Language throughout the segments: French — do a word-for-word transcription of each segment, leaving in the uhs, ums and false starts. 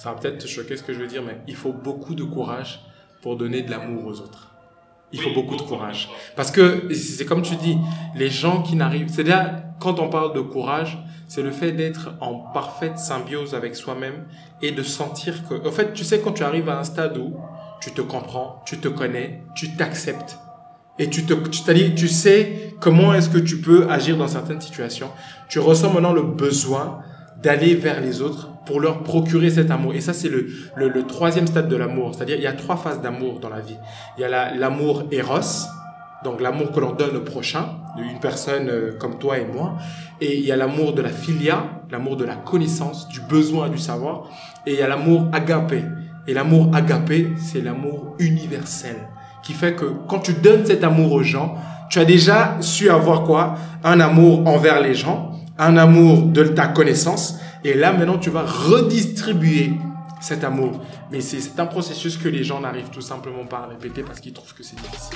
Ça va peut-être te choquer ce que je veux dire, mais il faut beaucoup de courage pour donner de l'amour aux autres. Il faut beaucoup de courage. Parce que, c'est comme tu dis, les gens qui n'arrivent... C'est-à-dire, quand on parle de courage, c'est le fait d'être en parfaite symbiose avec soi-même et de sentir que... En fait, tu sais, quand tu arrives à un stade où tu te comprends, tu te connais, tu t'acceptes et tu te, tu, c'est-à-dire, tu sais comment est-ce que tu peux agir dans certaines situations. Tu ressens maintenant le besoin d'aller vers les autres pour leur procurer cet amour. Et ça, c'est le, le, le troisième stade de l'amour. C'est-à-dire, il y a trois phases d'amour dans la vie. Il y a la, l'amour éros, donc l'amour que l'on donne au prochain, une personne euh, comme toi et moi. Et il y a l'amour de la philia, l'amour de la connaissance, du besoin, du savoir. Et il y a l'amour agapé. Et l'amour agapé, c'est l'amour universel, qui fait que quand tu donnes cet amour aux gens, tu as déjà su avoir quoi? Un amour envers les gens, un amour de ta connaissance, et là maintenant tu vas redistribuer cet amour. Mais c'est, c'est un processus que les gens n'arrivent tout simplement pas à répéter parce qu'ils trouvent que c'est difficile.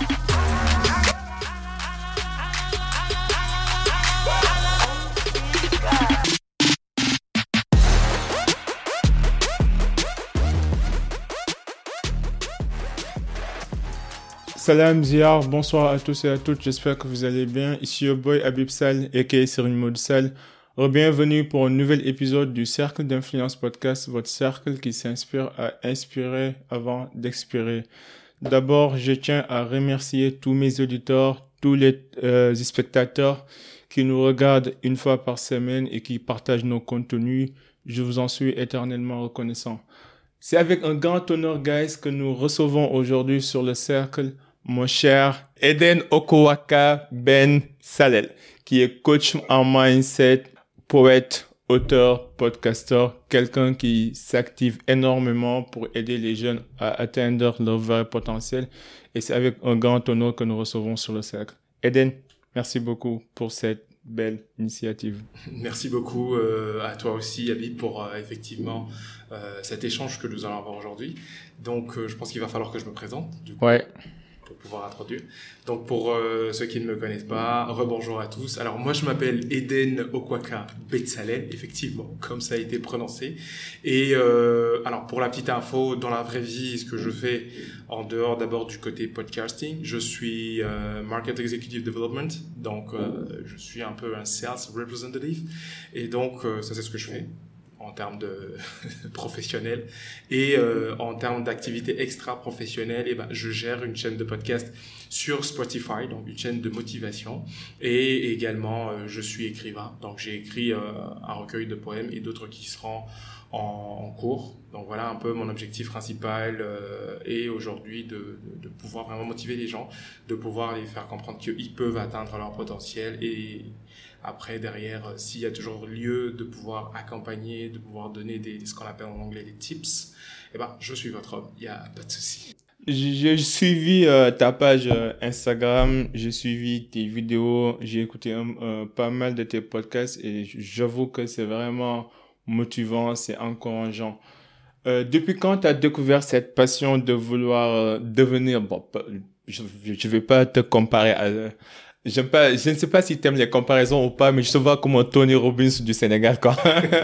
Salam Ziar, bonsoir à tous et à toutes, j'espère que vous allez bien. Ici your boy Habib Sal, aka Serine Maud Sal. Bienvenue pour un nouvel épisode du Cercle d'Influence Podcast, votre cercle qui s'inspire à inspirer avant d'expirer. D'abord, je tiens à remercier tous mes auditeurs, tous les euh, spectateurs qui nous regardent une fois par semaine et qui partagent nos contenus. Je vous en suis éternellement reconnaissant. C'est avec un grand honneur, guys, que nous recevons aujourd'hui sur le cercle mon cher Eden Okowaka Ben Salel, qui est coach en mindset, poète, auteur, podcasteur, quelqu'un qui s'active énormément pour aider les jeunes à atteindre leur vrai potentiel. Et c'est avec un grand honneur que nous recevons sur le cercle. Eden, merci beaucoup pour cette belle initiative. Merci beaucoup euh, à toi aussi, Habib, pour euh, effectivement euh, cet échange que nous allons avoir aujourd'hui. Donc, euh, je pense qu'il va falloir que je me présente, du coup, ouais. pour pouvoir introduire. Donc, pour euh, ceux qui ne me connaissent pas, rebonjour à tous. Alors, moi, je m'appelle Eden Okowaka Betsalel, effectivement, comme ça a été prononcé. Et euh, alors, pour la petite info, dans la vraie vie, ce que je fais en dehors d'abord du côté podcasting, je suis euh, Market Executive Development, donc euh, je suis un peu un Sales Representative. Et donc, euh, ça, c'est ce que je fais en termes de professionnel. Et euh, en termes d'activité extra-professionnelle, eh ben, je gère une chaîne de podcast sur Spotify, donc une chaîne de motivation. Et également, euh, je suis écrivain. Donc, j'ai écrit euh, un recueil de poèmes et d'autres qui seront en, en cours. Donc, voilà un peu mon objectif principal euh, est aujourd'hui de, de, de pouvoir vraiment motiver les gens, de pouvoir les faire comprendre qu'ils peuvent atteindre leur potentiel et après, derrière, s'il y a toujours lieu de pouvoir accompagner, de pouvoir donner des, ce qu'on appelle en anglais des tips, eh ben, je suis votre homme, il n'y a pas de souci. J'ai suivi euh, ta page euh, Instagram, j'ai suivi tes vidéos, j'ai écouté euh, pas mal de tes podcasts et j'avoue que c'est vraiment motivant, c'est encourageant. Euh, depuis quand tu as découvert cette passion de vouloir euh, devenir, bon, je ne vais pas te comparer à... Euh, J'aime pas, je ne sais pas si tu aimes les comparaisons ou pas, mais je te vois comme un Tony Robbins du Sénégal, quoi.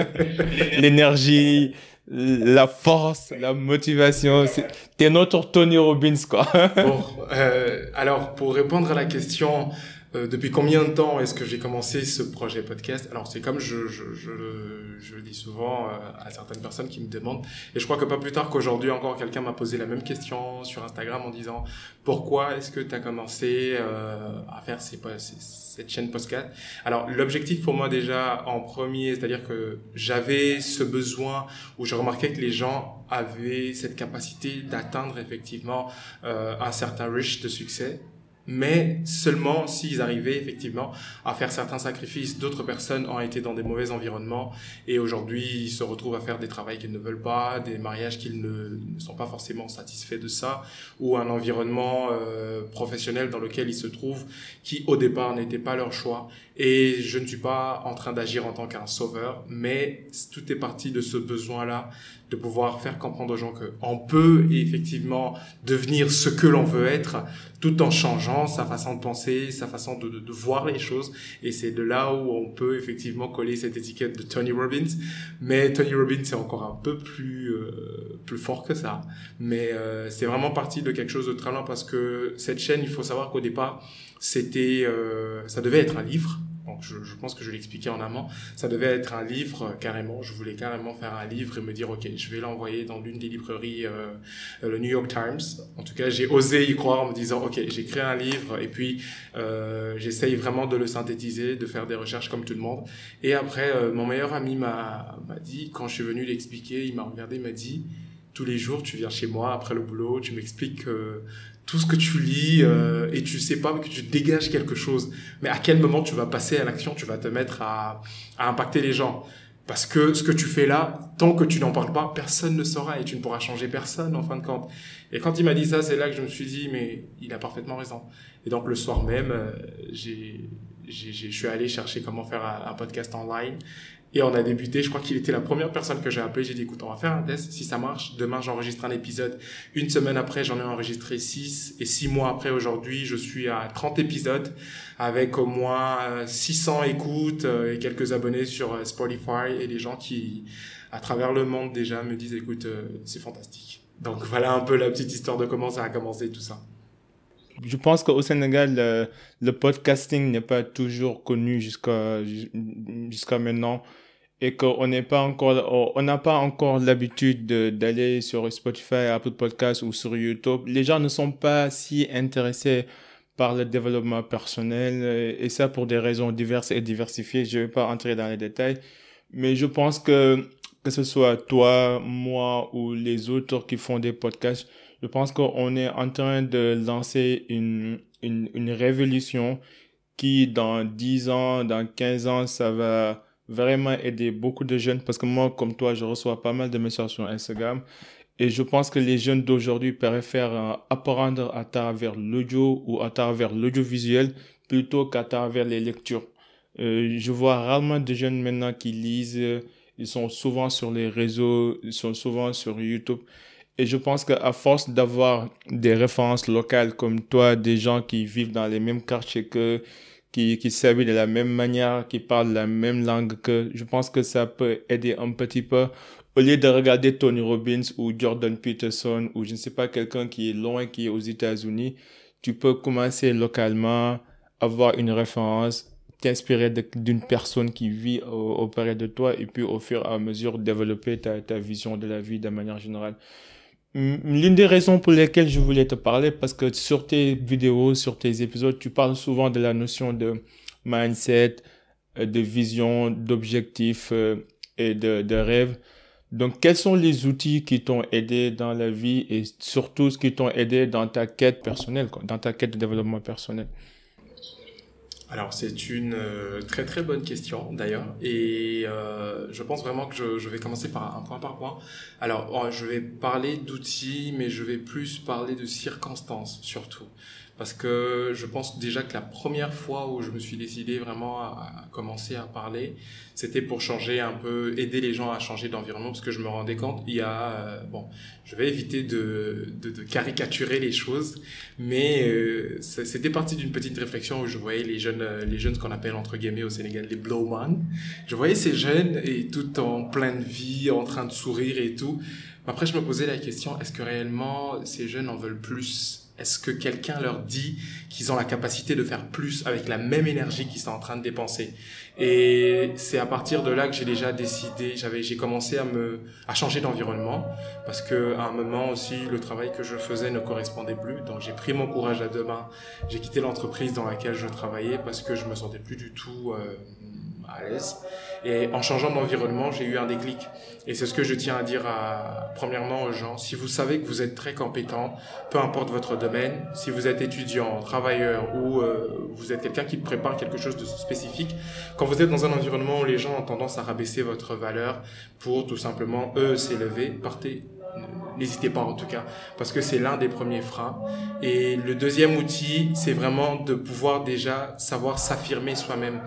L'énergie, la force, la motivation, c'est, t'es notre Tony Robbins, quoi. Bon, euh, alors, pour répondre à la question, euh, depuis combien de temps est-ce que j'ai commencé ce projet podcast? Alors, c'est comme je, je, je, je le dis souvent euh, à certaines personnes qui me demandent, et je crois que pas plus tard qu'aujourd'hui encore, quelqu'un m'a posé la même question sur Instagram en disant pourquoi est-ce que tu as commencé euh, à faire ces, ces, cette chaîne podcast? Alors, l'objectif pour moi déjà en premier, c'est-à-dire que j'avais ce besoin où je remarquais que les gens avaient cette capacité d'atteindre effectivement euh, un certain reach de succès, mais seulement s'ils arrivaient effectivement à faire certains sacrifices. D'autres personnes ont été dans des mauvais environnements et aujourd'hui ils se retrouvent à faire des travails qu'ils ne veulent pas, des mariages qu'ils ne, ne sont pas forcément satisfaits de ça, ou un environnement euh, professionnel dans lequel ils se trouvent qui au départ n'était pas leur choix. Et je ne suis pas en train d'agir en tant qu'un sauveur, mais tout est parti de ce besoin-là de pouvoir faire comprendre aux gens qu'on peut effectivement devenir ce que l'on veut être tout en changeant. l'argent, sa façon de penser, sa façon de, de, de voir les choses. Et c'est de là où on peut effectivement coller cette étiquette de Tony Robbins. Mais Tony Robbins, c'est encore un peu plus euh, plus fort que ça. Mais euh, c'est vraiment parti de quelque chose de très loin parce que cette chaîne, il faut savoir qu'au départ, c'était, euh, ça devait être un livre. Donc je, je pense que je l'ai expliqué en amont. Ça devait être un livre euh, carrément. Je voulais carrément faire un livre et me dire ok, je vais l'envoyer dans l'une des librairies, euh, le New York Times. En tout cas, j'ai osé y croire en me disant ok, j'ai créé un livre et puis euh, j'essaye vraiment de le synthétiser, de faire des recherches comme tout le monde. Et après, euh, mon meilleur ami m'a m'a dit quand je suis venu l'expliquer, il m'a regardé, il m'a dit tous les jours tu viens chez moi après le boulot, tu m'expliques euh, tout ce que tu lis euh, et tu sais pas que tu dégages quelque chose. Mais à quel moment tu vas passer à l'action, tu vas te mettre à, à impacter les gens. Parce que ce que tu fais là, tant que tu n'en parles pas, personne ne saura et tu ne pourras changer personne en fin de compte. Et quand il m'a dit ça, c'est là que je me suis dit, mais il a parfaitement raison. Et donc le soir même, euh, j'ai, j'ai, j'ai, je suis allé chercher comment faire un, un podcast online. Et on a débuté, je crois qu'il était la première personne que j'ai appelée. J'ai dit, écoute, on va faire un test. Si ça marche, demain, j'enregistre un épisode. Une semaine après, j'en ai enregistré six. Et six mois après, aujourd'hui, je suis à trente épisodes avec au moins six cents écoutes et quelques abonnés sur Spotify et des gens qui, à travers le monde déjà, me disent, écoute, c'est fantastique. Donc voilà un peu la petite histoire de comment ça a commencé tout ça. Je pense qu'au Sénégal, le, le podcasting n'est pas toujours connu jusqu'à, jusqu'à maintenant et qu'on n'est pas encore, on n'a pas encore l'habitude de, d'aller sur Spotify, Apple Podcasts ou sur YouTube. Les gens ne sont pas si intéressés par le développement personnel et ça pour des raisons diverses et diversifiées. Je ne vais pas entrer dans les détails, mais je pense que que ce soit toi, moi ou les autres qui font des podcasts, je pense qu'on est en train de lancer une, une, une révolution qui, dans dix ans, dans quinze ans, ça va vraiment aider beaucoup de jeunes. Parce que moi, comme toi, je reçois pas mal de messages sur Instagram. Et je pense que les jeunes d'aujourd'hui préfèrent apprendre à travers l'audio ou à travers l'audiovisuel plutôt qu'à travers les lectures. Euh, je vois rarement de jeunes maintenant qui lisent. Ils sont souvent sur les réseaux, ils sont souvent sur YouTube. Et je pense qu'à force d'avoir des références locales comme toi, des gens qui vivent dans les mêmes quartiers que, qui, qui s'habillent de la même manière, qui parlent la même langue que, je pense que ça peut aider un petit peu. Au lieu de regarder Tony Robbins ou Jordan Peterson ou je ne sais pas, quelqu'un qui est loin, qui est aux États-Unis, tu peux commencer localement, avoir une référence, t'inspirer de, d'une personne qui vit au, auprès de toi et puis au fur et à mesure développer ta, ta vision de la vie de manière générale. L'une des raisons pour lesquelles je voulais te parler, parce que sur tes vidéos, sur tes épisodes, tu parles souvent de la notion de mindset, de vision, d'objectif et de, de rêve. Donc, quels sont les outils qui t'ont aidé dans la vie et surtout ce qui t'ont aidé dans ta quête personnelle, quoi, dans ta quête de développement personnel? Alors c'est une euh, très très bonne question d'ailleurs et euh, je pense vraiment que je, je vais commencer par un point par point. Alors oh, je vais parler d'outils mais je vais plus parler de circonstances surtout parce que je pense déjà que la première fois où je me suis décidé vraiment à, à commencer à parler, c'était pour changer un peu, aider les gens à changer d'environnement parce que je me rendais compte, il y a, euh, bon, je vais éviter de, de, de caricaturer les choses, mais euh, c'était parti d'une petite réflexion où je voyais les jeunes, les jeunes, ce qu'on appelle entre guillemets au Sénégal, les blowman. Je voyais ces jeunes et tout en pleine vie, en train de sourire et tout. Après, je me posais la question, est-ce que réellement ces jeunes en veulent plus ? Est-ce que quelqu'un leur dit qu'ils ont la capacité de faire plus avec la même énergie qu'ils sont en train de dépenser? Et c'est à partir de là que j'ai déjà décidé, j'avais, j'ai commencé à me, à changer d'environnement parce que à un moment aussi, le travail que je faisais ne correspondait plus. Donc j'ai pris mon courage à deux mains. J'ai quitté l'entreprise dans laquelle je travaillais parce que je me sentais plus du tout euh, à l'aise. Et en changeant d'environnement, j'ai eu un déclic. Et c'est ce que je tiens à dire à, premièrement aux gens. Si vous savez que vous êtes très compétent, peu importe votre domaine, si vous êtes étudiant, travailleur ou euh, vous êtes quelqu'un qui prépare quelque chose de spécifique, quand vous êtes dans un environnement où les gens ont tendance à rabaisser votre valeur pour tout simplement eux s'élever, partez. N'hésitez pas en tout cas, parce que c'est l'un des premiers freins. Et le deuxième outil, c'est vraiment de pouvoir déjà savoir s'affirmer soi-même.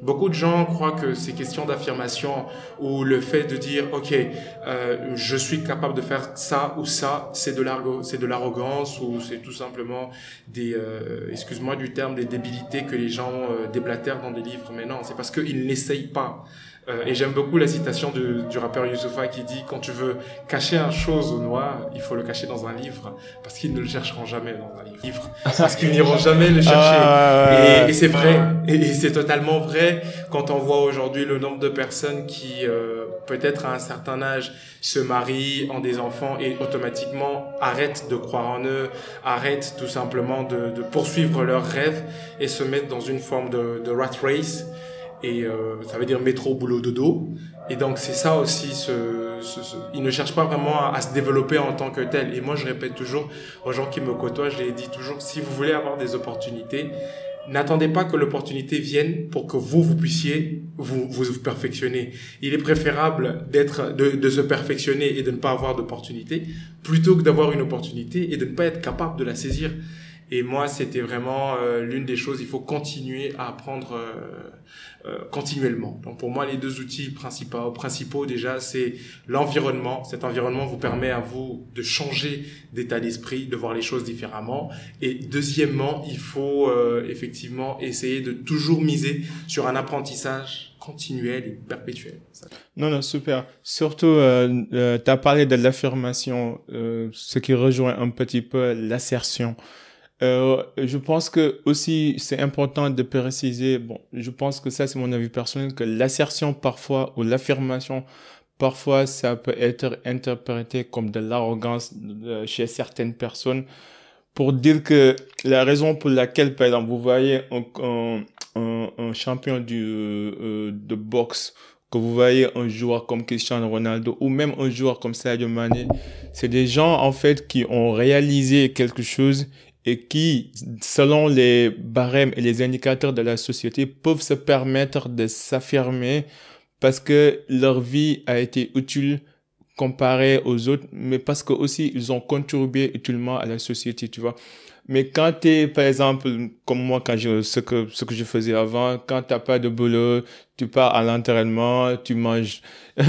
Beaucoup de gens croient que ces questions d'affirmation ou le fait de dire « Ok, euh, je suis capable de faire ça ou ça », c'est de l'argo- c'est de l'arrogance ou c'est tout simplement des, euh, excuse-moi du terme, des débilités que les gens euh, déblatèrent dans des livres. Mais non, c'est parce qu'ils n'essayent pas. Euh, et j'aime beaucoup la citation du, du rappeur Youssoupha qui dit « Quand tu veux cacher une chose au noir, il faut le cacher dans un livre parce qu'ils ne le chercheront jamais dans un livre. Parce qu'ils n'iront jamais le chercher. Ah, Et, et c'est vrai. Et, et c'est totalement vrai quand on voit aujourd'hui le nombre de personnes qui, euh, peut-être à un certain âge, se marient, ont des enfants et automatiquement arrêtent de croire en eux, arrêtent tout simplement de, de poursuivre leurs rêves et se mettent dans une forme de, de rat race. Et euh, ça veut dire métro, boulot, dodo. Et donc c'est ça aussi, ce, ce, ce, ils ne cherchent pas vraiment à, à se développer en tant que tel. Et moi je répète toujours aux gens qui me côtoient, je les dis toujours, si vous voulez avoir des opportunités, n'attendez pas que l'opportunité vienne pour que vous, vous puissiez vous, vous, vous perfectionner. Il est préférable d'être, de, de se perfectionner et de ne pas avoir d'opportunité plutôt que d'avoir une opportunité et de ne pas être capable de la saisir. Et moi, c'était vraiment euh, l'une des choses, il faut continuer à apprendre euh, euh, continuellement. Donc pour moi, les deux outils principaux, principaux déjà, c'est l'environnement. Cet environnement vous permet à vous de changer d'état d'esprit, de voir les choses différemment. Et deuxièmement, il faut euh, effectivement essayer de toujours miser sur un apprentissage continuel et perpétuel. Non, non, super. Surtout, euh, euh, tu as parlé de l'affirmation, euh, ce qui rejoint un petit peu l'assertion. Euh, je pense que aussi c'est important de préciser, bon, je pense que ça c'est mon avis personnel, que l'assertion parfois ou l'affirmation parfois ça peut être interprété comme de l'arrogance de, chez certaines personnes pour dire que la raison pour laquelle par exemple vous voyez un, un, un, un champion du, euh, de boxe, que vous voyez un joueur comme Cristiano Ronaldo ou même un joueur comme Sadio Mané, c'est des gens en fait qui ont réalisé quelque chose et qui, selon les barèmes et les indicateurs de la société, peuvent se permettre de s'affirmer parce que leur vie a été utile comparée aux autres, mais parce que aussi ils ont contribué utilement à la société, tu vois. Mais quand t'es, par exemple, comme moi, quand je, ce que, ce que je faisais avant, quand t'as pas de boulot, tu pars à l'entraînement, tu manges,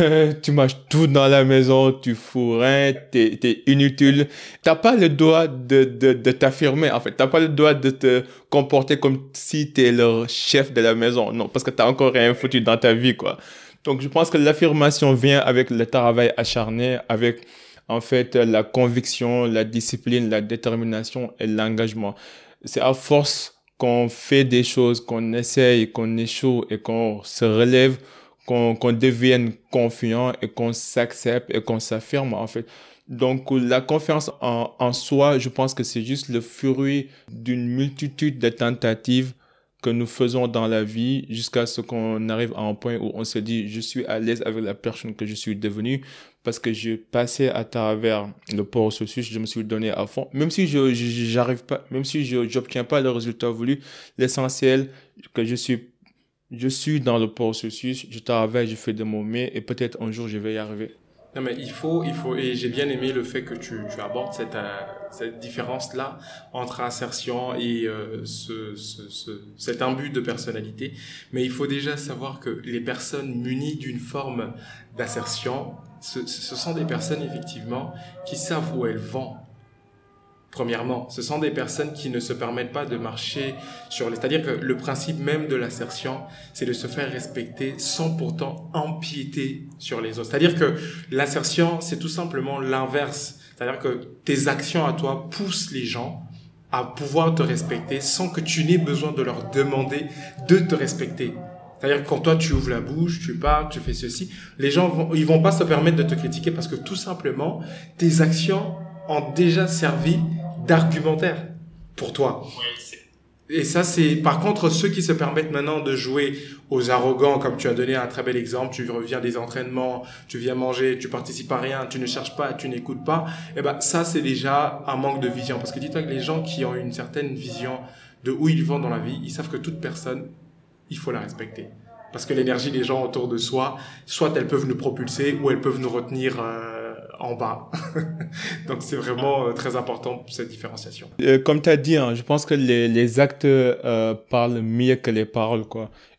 tu manges tout dans la maison, tu fous rien, t'es, t'es inutile. T'as pas le droit de, de, de t'affirmer, en fait. T'as pas le droit de te comporter comme si t'es le chef de la maison. Non, parce que t'as encore rien foutu dans ta vie, quoi. Donc, je pense que l'affirmation vient avec le travail acharné, avec, en fait, la conviction, la discipline, la détermination et l'engagement. C'est à force qu'on fait des choses, qu'on essaye, qu'on échoue et qu'on se relève, qu'on, qu'on devienne confiant et qu'on s'accepte et qu'on s'affirme, en fait. Donc, la confiance en, en soi, je pense que c'est juste le fruit d'une multitude de tentatives que nous faisons dans la vie jusqu'à ce qu'on arrive à un point où on se dit je suis à l'aise avec la personne que je suis devenue parce que j'ai passé à travers le processus, je me suis donné à fond, même si je, je j'arrive pas, même si je j'obtiens pas le résultat voulu, l'essentiel que je suis je suis dans le processus, je travaille, je fais de mon mieux et peut-être un jour je vais y arriver. Non mais il faut, il faut, et j'ai bien aimé le fait que tu, tu abordes cette, euh, cette différence-là entre assertion et euh, ce, ce, ce, cet imbut de personnalité. Mais il faut déjà savoir que les personnes munies d'une forme d'assertion, ce, ce sont des personnes effectivement qui savent où elles vont. Premièrement, ce sont des personnes qui ne se permettent pas de marcher sur les... C'est-à-dire que le principe même de l'assertion, c'est de se faire respecter sans pourtant empiéter sur les autres. C'est-à-dire que l'assertion, c'est tout simplement l'inverse. C'est-à-dire que tes actions à toi poussent les gens à pouvoir te respecter sans que tu n'aies besoin de leur demander de te respecter. C'est-à-dire que quand toi, tu ouvres la bouche, tu parles, tu fais ceci, les gens vont, ils vont pas se permettre de te critiquer parce que tout simplement, tes actions ont déjà servi d'argumentaire pour toi. Et ça, c'est, par contre, ceux qui se permettent maintenant de jouer aux arrogants, comme tu as donné un très bel exemple, tu reviens des entraînements, tu viens manger, tu participes à rien, tu ne cherches pas, tu n'écoutes pas, eh ben, ça, c'est déjà un manque de vision. Parce que dis-toi que les gens qui ont une certaine vision de où ils vont dans la vie, ils savent que toute personne, il faut la respecter. Parce que l'énergie des gens autour de soi, soit elles peuvent nous propulser, ou elles peuvent nous retenir, euh, en bas. Donc c'est vraiment euh, très important cette différenciation. Euh, comme tu as dit, hein, je pense que les, les actes euh, parlent mieux que les paroles, quoi.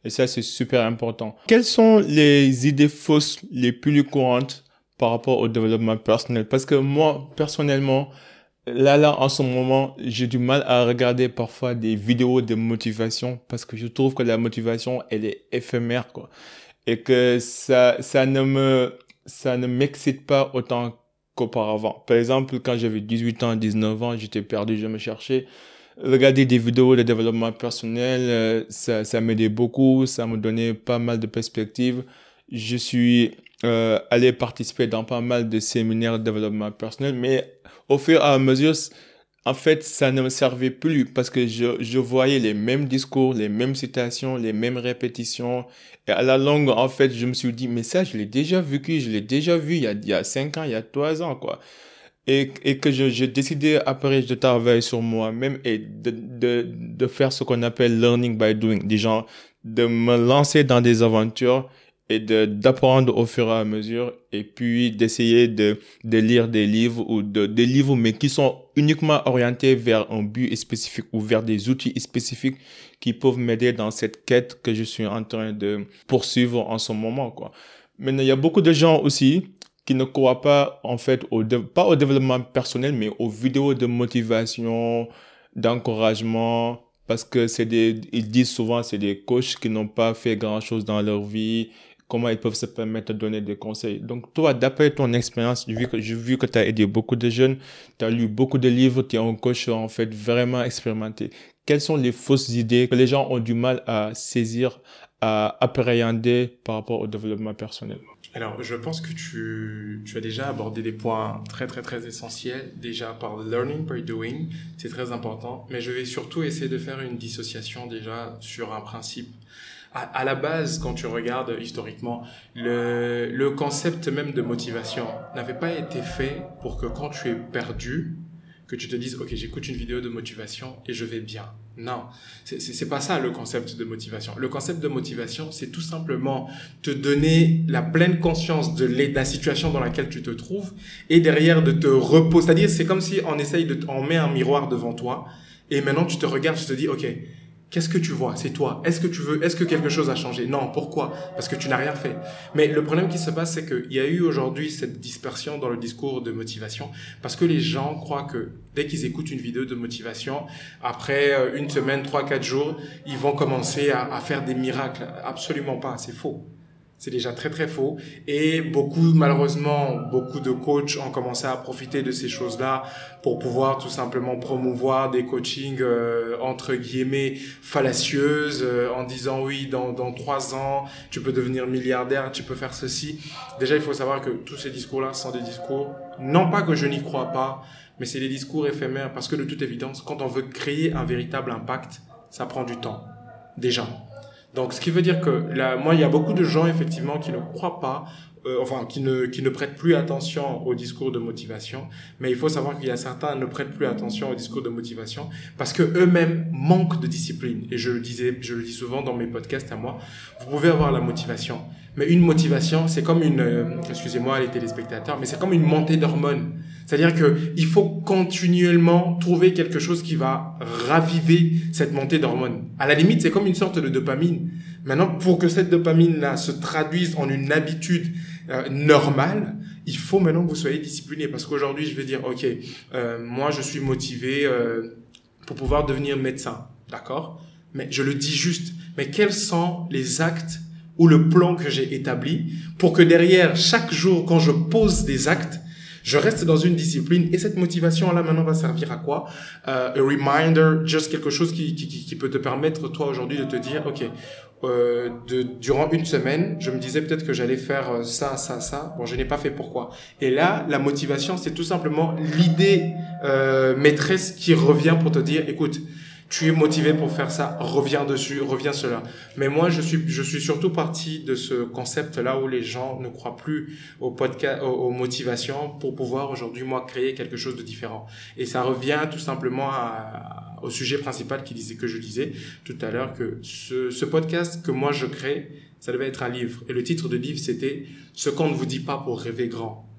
Et ça, c'est super important. Quelles sont les idées fausses les plus courantes par rapport au développement personnel? Parce que moi, personnellement, là, là, en ce moment, j'ai du mal à regarder parfois des vidéos de motivation parce que je trouve que la motivation, elle est éphémère, quoi. Et que ça, ça ne me, ça ne m'excite pas autant qu'auparavant. Par exemple, quand j'avais dix-huit ans, dix-neuf ans, j'étais perdu, je me cherchais. Regarder des vidéos de développement personnel, euh, ça, ça m'aidait beaucoup, ça me donnait pas mal de perspectives. Je suis euh, allé participer dans pas mal de séminaires de développement personnel, mais au fur et à mesure, en fait, ça ne me servait plus parce que je, je voyais les mêmes discours, les mêmes citations, les mêmes répétitions. Et à la longue, en fait, je me suis dit, mais ça, je l'ai déjà vécu, je l'ai déjà vu il y a, il y a cinq ans, il y a trois ans, quoi. Et, et que je, j'ai décidé après de travailler sur moi-même et de, de, de faire ce qu'on appelle learning by doing. Des gens, de me lancer dans des aventures et de, d'apprendre au fur et à mesure et puis d'essayer de, de lire des livres ou de, des livres, mais qui sont uniquement orientés vers un but spécifique ou vers des outils spécifiques qui peuvent m'aider dans cette quête que je suis en train de poursuivre en ce moment, quoi. Maintenant, il y a beaucoup de gens aussi qui ne croient pas, en fait, au, pas au développement personnel, mais aux vidéos de motivation, d'encouragement, parce que c'est des, ils disent souvent, c'est des coachs qui n'ont pas fait grand chose dans leur vie, comment ils peuvent se permettre de donner des conseils. Donc, toi, d'après ton expérience, j'ai vu que, j'ai vu que tu as aidé beaucoup de jeunes, tu as lu beaucoup de livres, tu es un coach, en fait, vraiment expérimenté. Quelles sont les fausses idées que les gens ont du mal à saisir, à appréhender par rapport au développement personnel? Alors, je pense que tu, tu as déjà abordé des points très, très, très essentiels. Déjà, par le learning by doing, c'est très important. Mais je vais surtout essayer de faire une dissociation déjà sur un principe. À, à la base, quand tu regardes historiquement, le, le concept même de motivation n'avait pas été fait pour que quand tu es perdu, que tu te dises, ok, j'écoute une vidéo de motivation et je vais bien. Non, c'est, c'est, c'est pas ça le concept de motivation. Le concept de motivation, c'est tout simplement te donner la pleine conscience de la situation dans laquelle tu te trouves et derrière de te reposer. C'est-à-dire, c'est comme si on essaye de, on met un miroir devant toi et maintenant tu te regardes, tu te dis, ok, qu'est-ce que tu vois? C'est toi. Est-ce que tu veux, est-ce que quelque chose a changé? Non. Pourquoi? Parce que tu n'as rien fait. Mais le problème qui se passe, c'est qu'il y a eu aujourd'hui cette dispersion dans le discours de motivation parce que les gens croient que dès qu'ils écoutent une vidéo de motivation, après une semaine, trois, quatre jours, ils vont commencer à, à faire des miracles. Absolument pas. C'est faux. C'est déjà très, très faux. Et beaucoup, malheureusement, beaucoup de coachs ont commencé à profiter de ces choses-là pour pouvoir tout simplement promouvoir des coachings, euh, entre guillemets, fallacieuses, euh, en disant oui, dans, dans trois ans, tu peux devenir milliardaire, tu peux faire ceci. Déjà, il faut savoir que tous ces discours-là sont des discours, non pas que je n'y crois pas, mais c'est des discours éphémères parce que de toute évidence, quand on veut créer un véritable impact, ça prend du temps. Déjà. Donc, ce qui veut dire que là, moi, il y a beaucoup de gens, effectivement, qui ne croient pas, euh, enfin, qui ne, qui ne prêtent plus attention au discours de motivation. Mais il faut savoir qu'il y a certains qui ne prêtent plus attention au discours de motivation parce que eux-mêmes manquent de discipline. Et je le disais, je le dis souvent dans mes podcasts à moi. Vous pouvez avoir la motivation. Mais une motivation, c'est comme une, euh, excusez-moi les téléspectateurs, mais c'est comme une montée d'hormones. C'est-à-dire que il faut continuellement trouver quelque chose qui va raviver cette montée d'hormones. À la limite, c'est comme une sorte de dopamine. Maintenant, pour que cette dopamine-là se traduise en une habitude euh, normale, il faut maintenant que vous soyez discipliné. Parce qu'aujourd'hui, je vais dire, ok, euh, moi, je suis motivé euh, pour pouvoir devenir médecin, d'accord? Mais je le dis juste. Mais quels sont les actes ou le plan que j'ai établi pour que derrière, chaque jour, quand je pose des actes, je reste dans une discipline et cette motivation-là maintenant va servir à quoi? Euh, a reminder, juste quelque chose qui, qui, qui peut te permettre toi aujourd'hui de te dire, ok, euh, de, durant une semaine, je me disais peut-être que j'allais faire ça, ça, ça. Bon, je n'ai pas fait, pourquoi? Et là, la motivation, c'est tout simplement l'idée euh, maîtresse qui revient pour te dire, écoute, tu es motivé pour faire ça, reviens dessus, reviens cela. Mais moi, je suis, je suis surtout parti de ce concept-là où les gens ne croient plus au podcast, aux, aux motivations pour pouvoir aujourd'hui, moi, créer quelque chose de différent. Et ça revient tout simplement à, au sujet principal qui disait, que je disais tout à l'heure, que ce, ce podcast que moi je crée, ça devait être un livre. Et le titre de livre, c'était « Ce qu'on ne vous dit pas pour rêver grand ».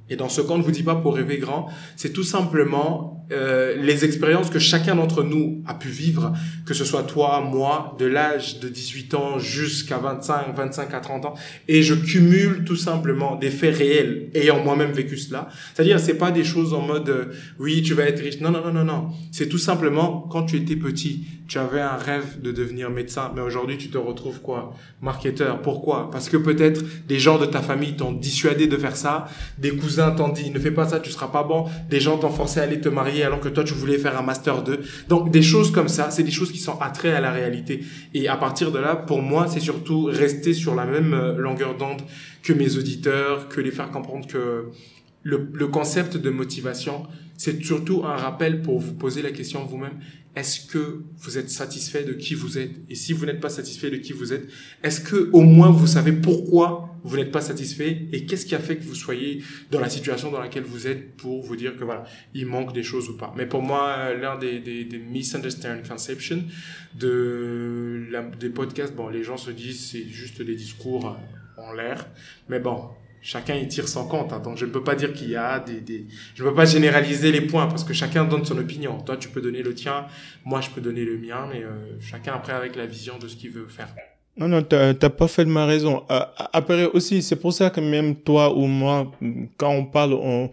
Et dans ce cas, on ne vous dit pas pour rêver grand, c'est tout simplement euh, les expériences que chacun d'entre nous a pu vivre, que ce soit toi, moi, de l'âge de dix-huit ans jusqu'à vingt-cinq, vingt-cinq à trente ans, et je cumule tout simplement des faits réels ayant moi-même vécu cela. C'est-à-dire, c'est pas des choses en mode euh, oui, tu vas être riche. Non, non, non, non, non. C'est tout simplement quand tu étais petit, tu avais un rêve de devenir médecin, mais aujourd'hui tu te retrouves quoi? Marketeur. Pourquoi? Parce que peut-être des gens de ta famille t'ont dissuadé de faire ça, des cousins t'ont dit ne fais pas ça, tu seras pas bon, des gens t'ont forcé à aller te marier alors que toi tu voulais faire un master deux. Donc des choses comme ça, c'est des choses qui sont attraits à la réalité. Et à partir de là, pour moi, c'est surtout rester sur la même longueur d'onde que mes auditeurs, que les faire comprendre que le, le concept de motivation, c'est surtout un rappel pour vous poser la question vous-même. Est-ce que vous êtes satisfait de qui vous êtes? Et si vous n'êtes pas satisfait de qui vous êtes, est-ce que au moins vous savez pourquoi vous n'êtes pas satisfait et qu'est-ce qui a fait que vous soyez dans la situation dans laquelle vous êtes pour vous dire que voilà, il manque des choses ou pas. Mais pour moi, l'un des, des, des misunderstanding conceptions de la, des podcasts, bon, les gens se disent c'est juste des discours en l'air, mais bon, chacun y tire son compte, hein. Donc je ne peux pas dire qu'il y a des, des, je ne peux pas généraliser les points parce que chacun donne son opinion. Toi, tu peux donner le tien, moi, je peux donner le mien, mais euh, chacun après avec la vision de ce qu'il veut faire. Non, non, t'as, t'as parfaitement raison. Euh, après aussi, c'est pour ça que même toi ou moi, quand on parle, on,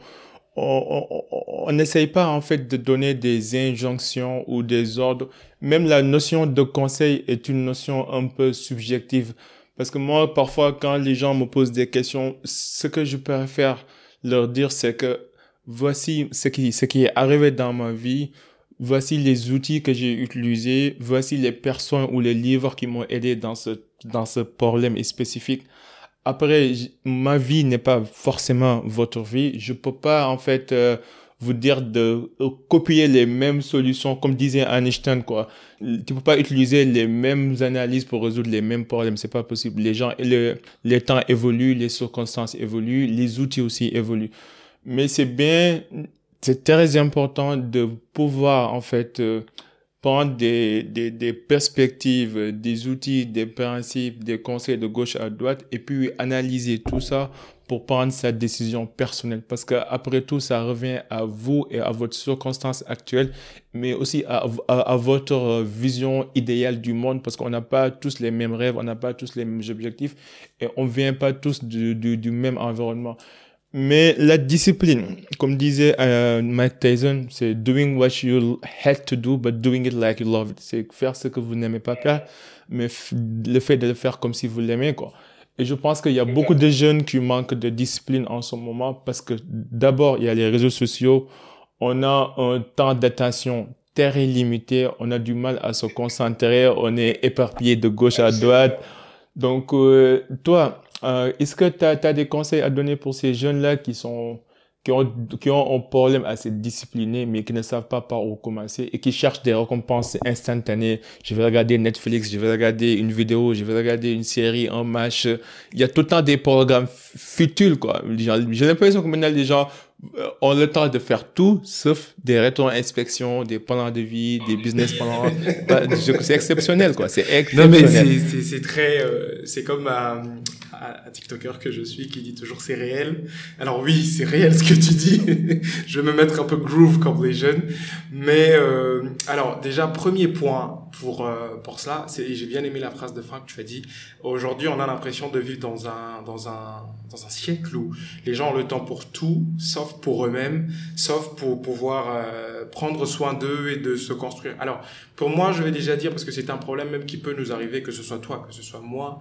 on n'essaye pas en fait de donner des injonctions ou des ordres. Même la notion de conseil est une notion un peu subjective. Parce que moi, parfois, quand les gens me posent des questions, ce que je préfère leur dire, c'est que voici ce qui, ce qui est arrivé dans ma vie, voici les outils que j'ai utilisés, voici les personnes ou les livres qui m'ont aidé dans ce, dans ce problème spécifique. Après, j- ma vie n'est pas forcément votre vie. Je peux pas, en fait, euh, vous dire de euh, copier les mêmes solutions, comme disait Einstein, quoi. Tu peux pas utiliser les mêmes analyses pour résoudre les mêmes problèmes. C'est pas possible. Les gens, le, les temps évoluent, les circonstances évoluent, les outils aussi évoluent. Mais c'est bien, c'est très important de pouvoir, en fait, euh, prendre des, des, des perspectives, des outils, des principes, des conseils de gauche à droite et puis analyser tout ça pour prendre sa décision personnelle. Parce qu'après tout, ça revient à vous et à votre circonstance actuelle, mais aussi à, à, à votre vision idéale du monde parce qu'on n'a pas tous les mêmes rêves, on n'a pas tous les mêmes objectifs et on vient pas tous du, du, du même environnement. Mais la discipline, comme disait euh, Mike Tyson, c'est doing what you had to do, but doing it like you love it. C'est faire ce que vous n'aimez pas faire, mais f- le fait de le faire comme si vous l'aimez, quoi. Et je pense qu'il y a beaucoup de jeunes qui manquent de discipline en ce moment parce que d'abord, il y a les réseaux sociaux. On a un temps d'attention très limité. On a du mal à se concentrer. On est éparpillé de gauche à droite. Donc, euh, toi, euh, est-ce que tu as des conseils à donner pour ces jeunes-là qui sont, qui ont, qui ont un problème à se discipliner, mais qui ne savent pas par où commencer et qui cherchent des récompenses instantanées? Je vais regarder Netflix, je vais regarder une vidéo, je vais regarder une série, un match. Il y a tout le temps des programmes futiles, quoi. J'ai l'impression que maintenant les gens ont le temps de faire tout, sauf des rétro-inspections, des plans de vie, des business plans. C'est exceptionnel, quoi. C'est exceptionnel. Non, mais c'est, c'est, c'est très, euh, c'est comme un, un TikToker que je suis qui dit toujours c'est réel. Alors oui, c'est réel ce que tu dis. Je vais me mettre un peu groove comme les jeunes. Mais, euh, alors, déjà, premier point pour, euh, pour cela, c'est, j'ai bien aimé la phrase de fin que tu as dit. Aujourd'hui, on a l'impression de vivre dans un, dans un, dans un siècle où les gens ont le temps pour tout, sauf pour eux-mêmes, sauf pour pouvoir euh, prendre soin d'eux et de se construire. Alors, pour moi, je vais déjà dire, parce que c'est un problème même qui peut nous arriver, que ce soit toi, que ce soit moi,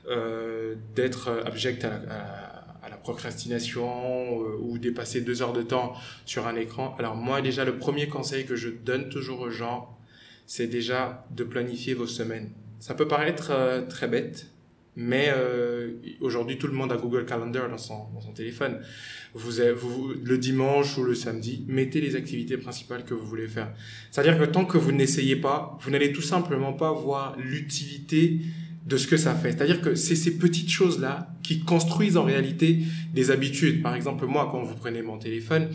euh, d'être abject à la, à, à la procrastination euh, ou dépasser deux heures de temps sur un écran. Alors moi, déjà, le premier conseil que je donne toujours aux gens, c'est déjà de planifier vos semaines. Ça peut paraître euh, très bête, mais euh, aujourd'hui, tout le monde a Google Calendar dans son, dans son téléphone. Vous, avez, vous, le dimanche ou le samedi, mettez les activités principales que vous voulez faire. C'est-à-dire que tant que vous n'essayez pas, vous n'allez tout simplement pas voir l'utilité de ce que ça fait. C'est-à-dire que c'est ces petites choses-là qui construisent en réalité des habitudes. Par exemple, moi, quand vous prenez mon téléphone,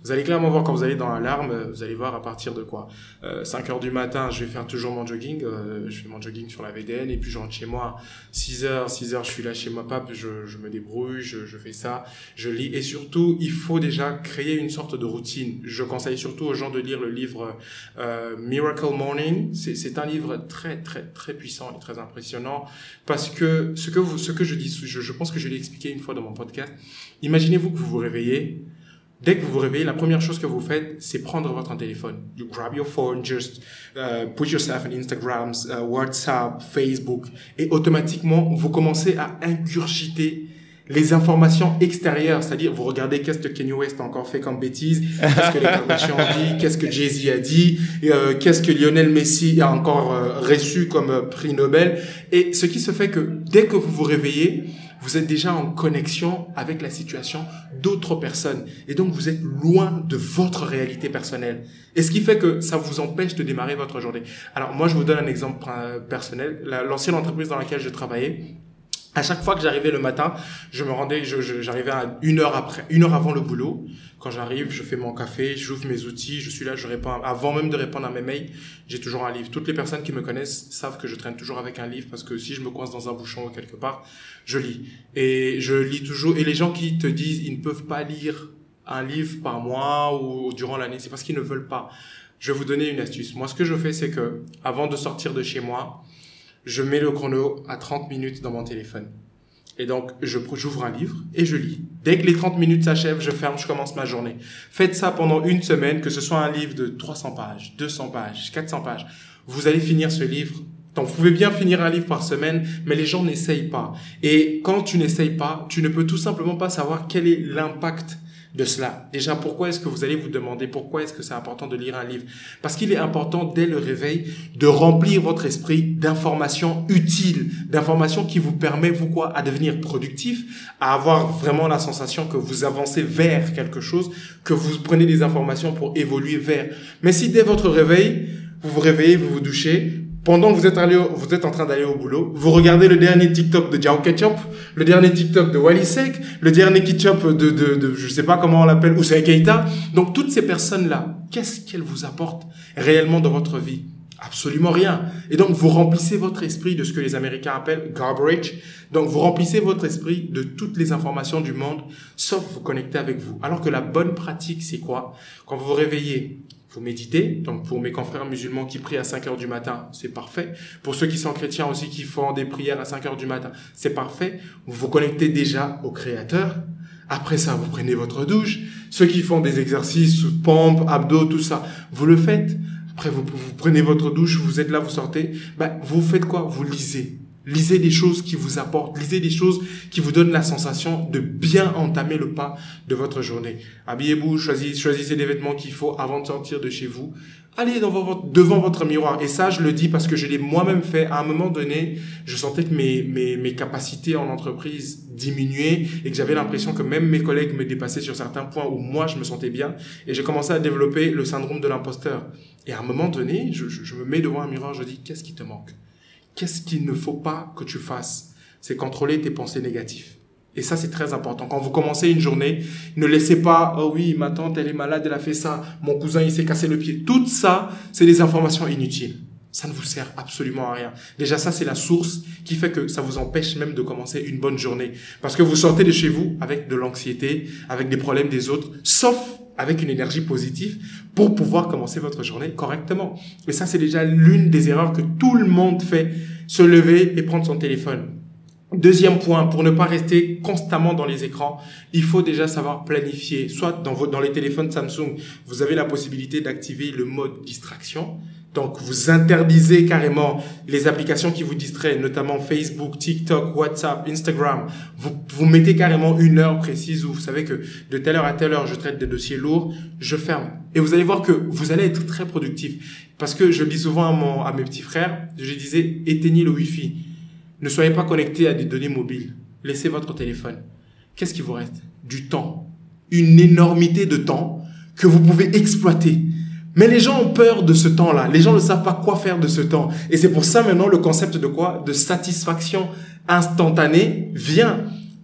Vous allez clairement voir quand vous allez dans l'alarme, vous allez voir à partir de quoi euh, cinq heures du matin, je vais faire toujours mon jogging, euh, je fais mon jogging sur la V D N et puis je rentre chez moi, six heures, six heures, je suis là chez moi, pape, je, je me débrouille, je, je fais ça, je lis et surtout, il faut déjà créer une sorte de routine. Je conseille surtout aux gens de lire le livre euh, Miracle Morning. C'est, c'est un livre très, très, très puissant et très impressionnant parce que ce que, vous, ce que je dis, je, je pense que je l'ai expliqué une fois dans mon podcast. Imaginez-vous que vous vous réveillez. Dès que vous vous réveillez, la première chose que vous faites, c'est prendre votre téléphone. You grab your phone, just uh, put yourself on Instagram, uh, WhatsApp, Facebook, et automatiquement, vous commencez à ingurgiter les informations extérieures, c'est-à-dire vous regardez qu'est-ce que Kanye West a encore fait comme bêtise, qu'est-ce que les Kardashians ont dit, qu'est-ce que Jay-Z a dit, euh, qu'est-ce que Lionel Messi a encore euh, reçu comme euh, prix Nobel. Et ce qui se fait que dès que vous vous réveillez, vous êtes déjà en connexion avec la situation d'autres personnes. Et donc, vous êtes loin de votre réalité personnelle. Et ce qui fait que ça vous empêche de démarrer votre journée. Alors, moi, je vous donne un exemple personnel. La, l'ancienne entreprise dans laquelle je travaillais, à chaque fois que j'arrivais le matin, je me rendais, je, je, j'arrivais à une heure après, une heure avant le boulot. Quand j'arrive, je fais mon café, j'ouvre mes outils, je suis là, je réponds, avant même de répondre à mes mails, j'ai toujours un livre. Toutes les personnes qui me connaissent savent que je traîne toujours avec un livre parce que si je me coince dans un bouchon ou quelque part, je lis. Et je lis toujours, et les gens qui te disent, ils ne peuvent pas lire un livre par mois ou durant l'année, c'est parce qu'ils ne veulent pas. Je vais vous donner une astuce. Moi, ce que je fais, c'est que, avant de sortir de chez moi, je mets le chrono à trente minutes dans mon téléphone. Et donc, je, j'ouvre un livre et je lis. Dès que les trente minutes s'achèvent, je ferme, je commence ma journée. Faites ça pendant une semaine, que ce soit un livre de trois cents pages, deux cents pages, quatre cents pages. Vous allez finir ce livre. Donc, vous pouvez bien finir un livre par semaine, mais les gens n'essayent pas. Et quand tu n'essayes pas, tu ne peux tout simplement pas savoir quel est l'impact de cela. Déjà, pourquoi est-ce que vous allez vous demander pourquoi est-ce que c'est important de lire un livre? Parce qu'il est important, dès le réveil, de remplir votre esprit d'informations utiles, d'informations qui vous permettent, vous quoi, à devenir productif, à avoir vraiment la sensation que vous avancez vers quelque chose, que vous prenez des informations pour évoluer vers. Mais si dès votre réveil, vous vous réveillez, vous vous douchez, pendant que vous êtes, allé au, vous êtes en train d'aller au boulot, vous regardez le dernier TikTok de Jao Ketchup, le dernier TikTok de Wally Seck, le dernier Ketchup de, de, de, je sais pas comment on l'appelle, Ousseyn Keita. Donc, toutes ces personnes-là, qu'est-ce qu'elles vous apportent réellement dans votre vie? Absolument rien. Et donc, vous remplissez votre esprit de ce que les Américains appellent garbage. Donc, vous remplissez votre esprit de toutes les informations du monde, sauf vous connecter avec vous. Alors que la bonne pratique, c'est quoi? Quand vous vous réveillez, vous méditez. Donc, pour mes confrères musulmans qui prient à cinq heures du matin, c'est parfait. Pour ceux qui sont chrétiens aussi, qui font des prières à cinq heures du matin, c'est parfait. Vous vous connectez déjà au Créateur. Après ça, vous prenez votre douche. Ceux qui font des exercices, pompes, abdos, tout ça, vous le faites. Après, vous, vous prenez votre douche, vous êtes là, vous sortez. Ben, vous faites quoi? Vous lisez. Lisez des choses qui vous apportent, lisez des choses qui vous donnent la sensation de bien entamer le pas de votre journée. Habillez-vous, choisissez, choisissez les vêtements qu'il faut avant de sortir de chez vous. Allez devant votre, devant votre miroir. Et ça, je le dis parce que je l'ai moi-même fait. À un moment donné, je sentais que mes, mes, mes capacités en entreprise diminuaient et que j'avais l'impression que même mes collègues me dépassaient sur certains points où moi, je me sentais bien. Et j'ai commencé à développer le syndrome de l'imposteur. Et à un moment donné, je, je, je me mets devant un miroir, je dis, qu'est-ce qui te manque? Qu'est-ce qu'il ne faut pas que tu fasses? C'est contrôler tes pensées négatives. Et ça, c'est très important. Quand vous commencez une journée, ne laissez pas, oh oui, ma tante, elle est malade, elle a fait ça, mon cousin, il s'est cassé le pied. Tout ça, c'est des informations inutiles. Ça ne vous sert absolument à rien. Déjà, ça, c'est la source qui fait que ça vous empêche même de commencer une bonne journée. Parce que vous sortez de chez vous avec de l'anxiété, avec des problèmes des autres, sauf avec une énergie positive pour pouvoir commencer votre journée correctement. Et ça, c'est déjà l'une des erreurs que tout le monde fait, se lever et prendre son téléphone. Deuxième point, pour ne pas rester constamment dans les écrans, il faut déjà savoir planifier. Soit dans, vos, dans les téléphones Samsung, vous avez la possibilité d'activer le mode distraction. Donc, vous interdisez carrément les applications qui vous distraient, notamment Facebook, TikTok, WhatsApp, Instagram. Vous, vous mettez carrément une heure précise où vous savez que de telle heure à telle heure, je traite des dossiers lourds, je ferme. Et vous allez voir que vous allez être très productif. Parce que je le dis souvent à, mon, à mes petits frères, je disais, éteignez le Wi-Fi. Ne soyez pas connectés à des données mobiles. Laissez votre téléphone. Qu'est-ce qui vous reste? Du temps. Une énormité de temps que vous pouvez exploiter. Mais les gens ont peur de ce temps-là. Les gens ne savent pas quoi faire de ce temps. Et c'est pour ça maintenant le concept de quoi? De satisfaction instantanée vient.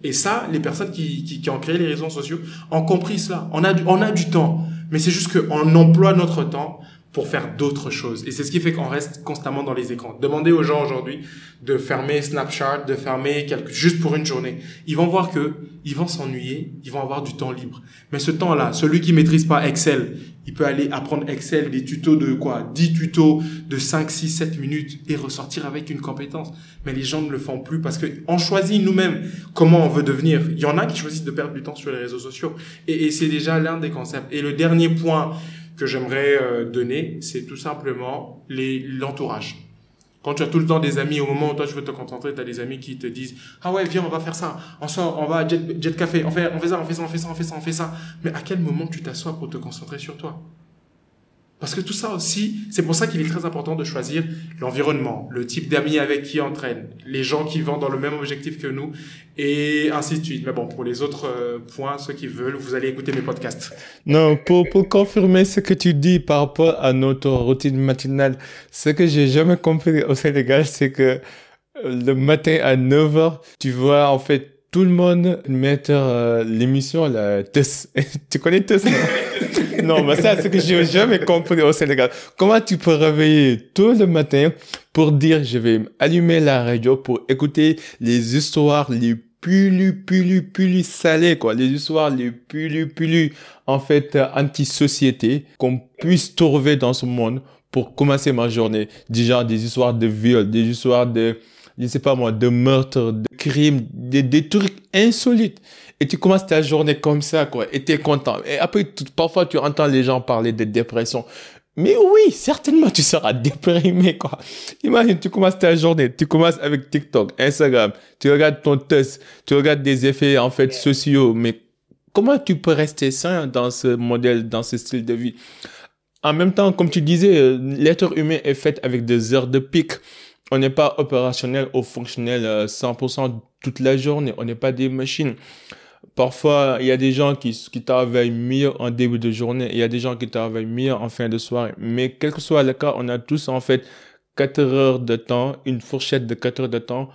Et ça, les personnes qui, qui, qui ont créé les réseaux sociaux ont compris cela. On a du, on a du temps, mais c'est juste qu'on emploie notre temps pour faire d'autres choses. Et c'est ce qui fait qu'on reste constamment dans les écrans. Demandez aux gens aujourd'hui de fermer Snapchat, de fermer quelque, juste pour une journée. Ils vont voir que ils vont s'ennuyer, ils vont avoir du temps libre. Mais ce temps-là, celui qui maîtrise pas Excel, il peut aller apprendre Excel, des tutos de quoi, dix tutos de cinq, six, sept minutes et ressortir avec une compétence. Mais les gens ne le font plus parce que on choisit nous-mêmes comment on veut devenir. Il y en a qui choisissent de perdre du temps sur les réseaux sociaux. Et, et c'est déjà l'un des concepts. Et le dernier point que j'aimerais euh, donner, c'est tout simplement les, l'entourage. Quand tu as tout le temps des amis, au moment où toi tu veux te concentrer, tu as des amis qui te disent « Ah ouais, viens, on va faire ça, on sort, on va à Jet, Jet Café, on fait, on fait ça, on fait ça, on fait ça, on fait ça, on fait ça. » Mais à quel moment tu t'assois pour te concentrer sur toi ? Parce que tout ça aussi, c'est pour ça qu'il est très important de choisir l'environnement, le type d'amis avec qui on traîne, les gens qui vont dans le même objectif que nous, et ainsi de suite. Mais bon, pour les autres euh, points, ceux qui veulent, vous allez écouter mes podcasts. Non, pour, pour confirmer ce que tu dis par rapport à notre routine matinale, ce que j'ai jamais compris au Sénégal, c'est que le matin à neuf heures, tu vois en fait tout le monde mettre euh, l'émission, la Tess. Tu connais Tess, non? Non, mais ça, c'est que j'ai jamais compris au Sénégal. Comment tu peux réveiller tout le matin pour dire, je vais allumer la radio pour écouter les histoires les plus, plus, plus salées, quoi. Les histoires les plus, plus, en fait, anti-société qu'on puisse trouver dans ce monde pour commencer ma journée. Déjà, des histoires de viol, des histoires de, je sais pas moi, de meurtre, de crimes, des, des trucs insolites. Et tu commences ta journée comme ça, quoi, et t'es content. Et après, tu, parfois, tu entends les gens parler de dépression. Mais oui, certainement, tu seras déprimé, quoi. Imagine, tu commences ta journée, tu commences avec TikTok, Instagram, tu regardes ton test, tu regardes des effets, en fait, sociaux. Mais comment tu peux rester sain dans ce modèle, dans ce style de vie? En même temps, comme tu disais, l'être humain est fait avec des heures de pic. On n'est pas opérationnel ou fonctionnel cent pour cent toute la journée. On n'est pas des machines. Parfois, il y a des gens qui, qui travaillent mieux en début de journée. Il y a des gens qui travaillent mieux en fin de soirée. Mais quel que soit le cas, on a tous en fait quatre heures de temps, une fourchette de quatre heures de temps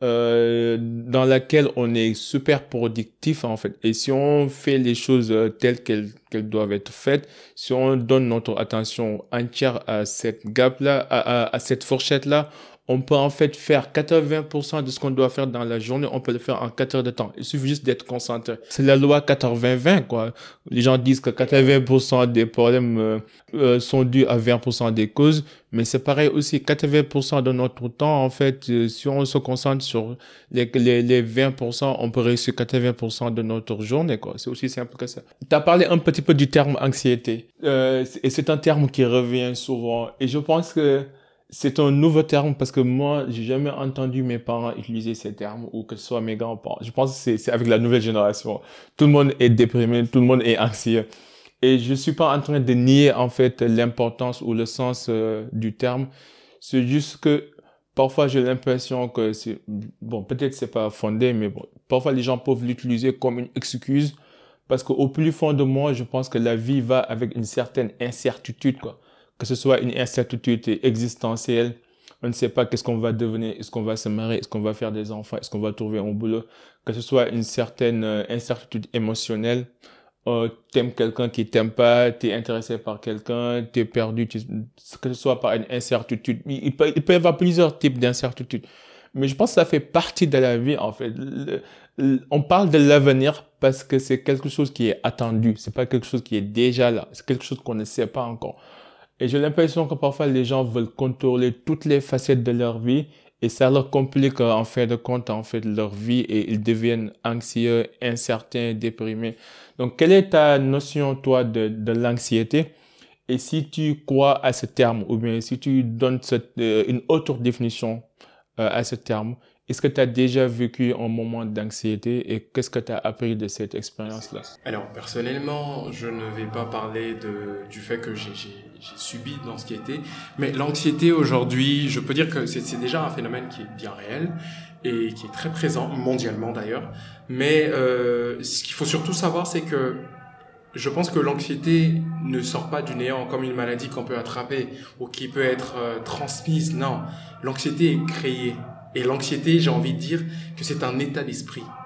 euh, dans laquelle on est super productif en fait. Et si on fait les choses telles qu'elles, qu'elles doivent être faites, si on donne notre attention entière à cette gap-là, à, à, à cette fourchette-là, on peut en fait faire quatre-vingts pour cent de ce qu'on doit faire dans la journée, on peut le faire en quatre heures de temps. Il suffit juste d'être concentré. C'est la loi quatre-vingts vingt, quoi. Les gens disent que quatre-vingts pour cent des problèmes euh, euh, sont dus à vingt pour cent des causes, mais c'est pareil aussi. quatre-vingts pour cent de notre temps, en fait, euh, si on se concentre sur les, les, les vingt pour cent, on peut réussir quatre-vingts pour cent de notre journée, quoi. C'est aussi simple que ça. Tu as parlé un petit peu du terme anxiété, euh, et c'est un terme qui revient souvent. Et je pense que c'est un nouveau terme parce que moi, j'ai jamais entendu mes parents utiliser ces termes ou que ce soit mes grands-parents. Je pense que c'est, c'est avec la nouvelle génération. Tout le monde est déprimé, tout le monde est anxieux. Et je suis pas en train de nier, en fait, l'importance ou le sens euh, du terme. C'est juste que parfois, j'ai l'impression que c'est, bon, peut-être c'est pas fondé, mais bon, parfois les gens peuvent l'utiliser comme une excuse parce qu'au plus fond de moi, je pense que la vie va avec une certaine incertitude, quoi. Que ce soit une incertitude existentielle, on ne sait pas qu'est-ce qu'on va devenir, est-ce qu'on va se marier, est-ce qu'on va faire des enfants, est-ce qu'on va trouver un boulot, que ce soit une certaine euh, incertitude émotionnelle, euh, t'aimes quelqu'un qui t'aime pas, t'es intéressé par quelqu'un, t'es perdu, tu, que ce soit par une incertitude, il peut, il peut y avoir plusieurs types d'incertitudes, mais je pense que ça fait partie de la vie en fait. Le, le, on parle de l'avenir parce que c'est quelque chose qui est attendu, c'est pas quelque chose qui est déjà là, c'est quelque chose qu'on ne sait pas encore. Et j'ai l'impression que parfois les gens veulent contrôler toutes les facettes de leur vie et ça leur complique en fin de compte en fait leur vie et ils deviennent anxieux, incertains, déprimés. Donc quelle est ta notion toi de, de l'anxiété? Et si tu crois à ce terme ou bien si tu donnes cette, euh, une autre définition euh, à ce terme, est-ce que tu as déjà vécu un moment d'anxiété et qu'est-ce que tu as appris de cette expérience-là? Alors, personnellement, je ne vais pas parler de, du fait que j'ai, j'ai, j'ai subi l'anxiété, mais l'anxiété aujourd'hui, je peux dire que c'est, c'est déjà un phénomène qui est bien réel et qui est très présent, mondialement d'ailleurs, mais euh, ce qu'il faut surtout savoir, c'est que je pense que l'anxiété ne sort pas du néant comme une maladie qu'on peut attraper ou qui peut être euh, transmise, non. L'anxiété est créée. Et l'anxiété, j'ai envie de dire que c'est un état d'esprit.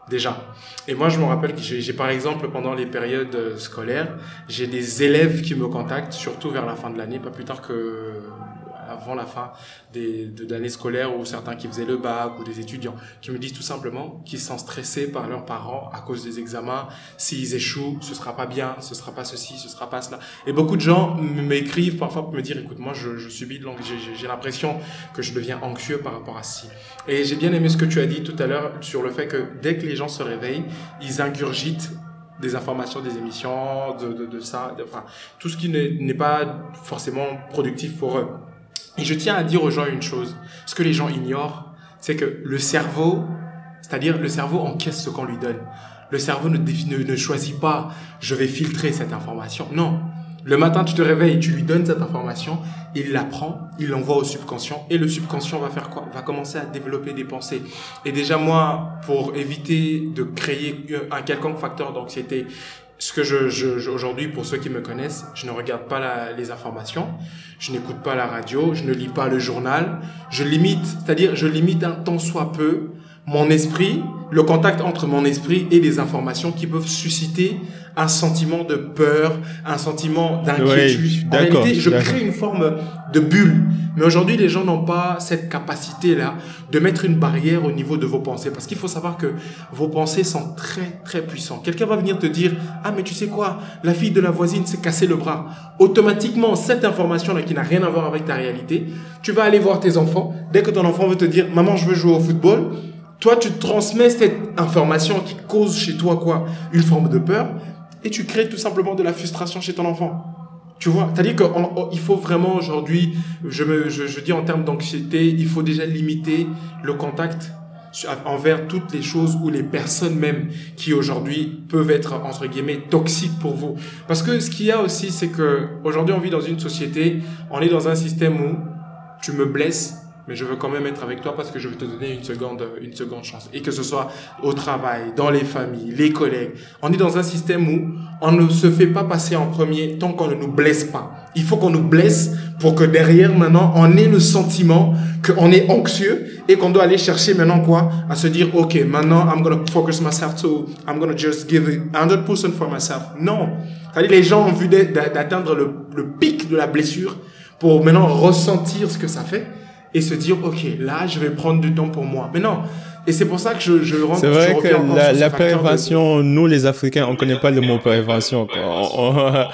Déjà. Et moi, je me rappelle que j'ai, j'ai par exemple, pendant les périodes scolaires, j'ai des élèves qui me contactent, surtout vers la fin de l'année, pas plus tard que avant la fin des, de, de l'année scolaire, ou certains qui faisaient le bac, ou des étudiants, qui me disent tout simplement qu'ils sont stressés par leurs parents à cause des examens. S'ils échouent, ce sera pas bien, ce sera pas ceci, ce sera pas cela. Et beaucoup de gens m'écrivent parfois pour me dire, écoute, moi, je, je subis de l'anxiété, j'ai, j'ai l'impression que je deviens anxieux par rapport à ci. Et j'ai bien aimé ce que tu as dit tout à l'heure sur le fait que dès que les gens se réveillent, ils ingurgitent des informations, des émissions, de, de, de ça, de, enfin, tout ce qui n'est, n'est pas forcément productif pour eux. Et je tiens à dire aux gens une chose. Ce que les gens ignorent, c'est que le cerveau, c'est-à-dire le cerveau encaisse ce qu'on lui donne. Le cerveau ne, ne, ne choisit pas « je vais filtrer cette information ». Non. Le matin, tu te réveilles, tu lui donnes cette information, il la prend, il l'envoie au subconscient, et le subconscient va faire quoi? Va commencer à développer des pensées. Et déjà, moi, pour éviter de créer un quelconque facteur d'anxiété, ce que je, je, je, aujourd'hui, pour ceux qui me connaissent, je ne regarde pas la, les informations, je n'écoute pas la radio, je ne lis pas le journal, je limite, c'est-à-dire je limite un tant soit peu mon esprit, le contact entre mon esprit et les informations qui peuvent susciter un sentiment de peur, un sentiment d'inquiétude. Oui, en réalité, je d'accord. crée une forme de bulle. Mais aujourd'hui, les gens n'ont pas cette capacité-là de mettre une barrière au niveau de vos pensées. Parce qu'il faut savoir que vos pensées sont très, très puissantes. Quelqu'un va venir te dire « Ah, mais tu sais quoi? La fille de la voisine s'est cassé le bras. » Automatiquement, cette information-là qui n'a rien à voir avec ta réalité, tu vas aller voir tes enfants. Dès que ton enfant veut te dire « Maman, je veux jouer au football », toi, tu transmets cette information qui cause chez toi quoi? Une forme de peur. Et tu crées tout simplement de la frustration chez ton enfant. Tu vois, c'est-à-dire qu'il faut vraiment aujourd'hui, je, me, je, je dis en termes d'anxiété, il faut déjà limiter le contact envers toutes les choses ou les personnes même qui aujourd'hui peuvent être entre guillemets toxiques pour vous. Parce que ce qu'il y a aussi, c'est que aujourd'hui on vit dans une société, on est dans un système où tu me blesses, mais je veux quand même être avec toi parce que je veux te donner une seconde, une seconde chance. Et que ce soit au travail, dans les familles, les collègues. On est dans un système où on ne se fait pas passer en premier tant qu'on ne nous blesse pas. Il faut qu'on nous blesse pour que derrière, maintenant, on ait le sentiment qu'on est anxieux et qu'on doit aller chercher maintenant quoi? À se dire, OK, maintenant, I'm going to focus myself to, I'm going to just give it one hundred percent for myself. Non. C'est-à-dire, les gens ont vu d'atteindre le, le pic de la blessure pour maintenant ressentir ce que ça fait. Et se dire, OK, là, je vais prendre du temps pour moi. Mais non. Et c'est pour ça que je, je rentre. C'est vrai je que la, la prévention, de... nous, les Africains, on connaît pas le mot prévention, quoi. On, on... bah,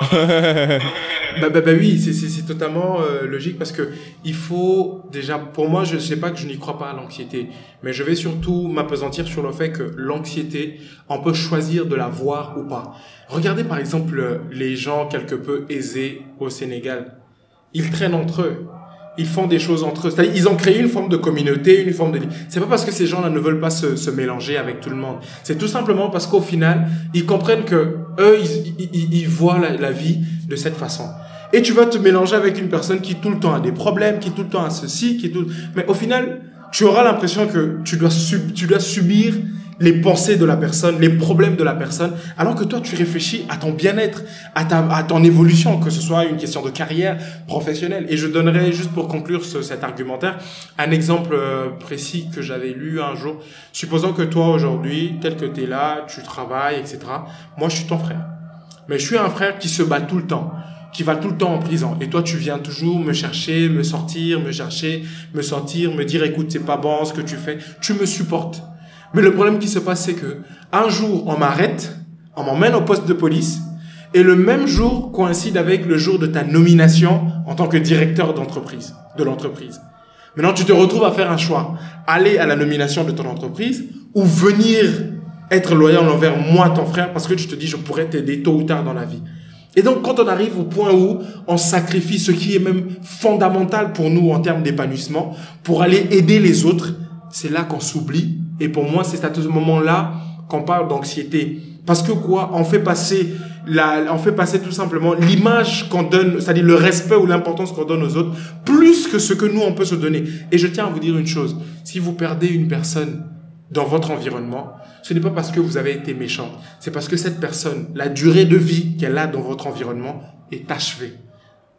bah, bah oui, c'est, c'est, c'est totalement euh, logique parce que il faut déjà, pour moi, je sais pas que je n'y crois pas à l'anxiété, mais je vais surtout m'appesantir sur le fait que l'anxiété, on peut choisir de la voir ou pas. Regardez, par exemple, les gens quelque peu aisés au Sénégal. Ils traînent entre eux. Ils font des choses entre eux. C'est-à-dire, ils ont créé une forme de communauté, une forme de... C'est pas parce que ces gens-là ne veulent pas se, se mélanger avec tout le monde. C'est tout simplement parce qu'au final, ils comprennent que eux, ils, ils, ils voient la, la vie de cette façon. Et tu vas te mélanger avec une personne qui tout le temps a des problèmes, qui tout le temps a ceci, qui tout... Mais au final, tu auras l'impression que tu dois, sub... tu dois subir les pensées de la personne, les problèmes de la personne, alors que toi, tu réfléchis à ton bien-être, à, ta, à ton évolution, que ce soit une question de carrière professionnelle. Et je donnerai, juste pour conclure ce, cet argumentaire, un exemple euh, précis que j'avais lu un jour. Supposons que toi, aujourd'hui, tel que tu es là, tu travailles, et cetera. Moi, je suis ton frère. Mais je suis un frère qui se bat tout le temps, qui va tout le temps en prison. Et toi, tu viens toujours me chercher, me sortir, me chercher, me sortir, me dire, écoute, c'est pas bon ce que tu fais. Tu me supportes. Mais le problème qui se passe, c'est que un jour, on m'arrête, on m'emmène au poste de police, et le même jour coïncide avec le jour de ta nomination en tant que directeur d'entreprise, de l'entreprise. Maintenant, tu te retrouves à faire un choix. Aller à la nomination de ton entreprise ou venir être loyal envers moi, ton frère, parce que tu te dis, je pourrais t'aider tôt ou tard dans la vie. Et donc, quand on arrive au point où on sacrifie ce qui est même fondamental pour nous en termes d'épanouissement, pour aller aider les autres, c'est là qu'on s'oublie. Et pour moi, c'est à ce moment-là qu'on parle d'anxiété. Parce que quoi? On fait passer la, on fait passer tout simplement l'image qu'on donne, c'est-à-dire le respect ou l'importance qu'on donne aux autres, plus que ce que nous, on peut se donner. Et je tiens à vous dire une chose. Si vous perdez une personne dans votre environnement, ce n'est pas parce que vous avez été méchant. C'est parce que cette personne, la durée de vie qu'elle a dans votre environnement est achevée.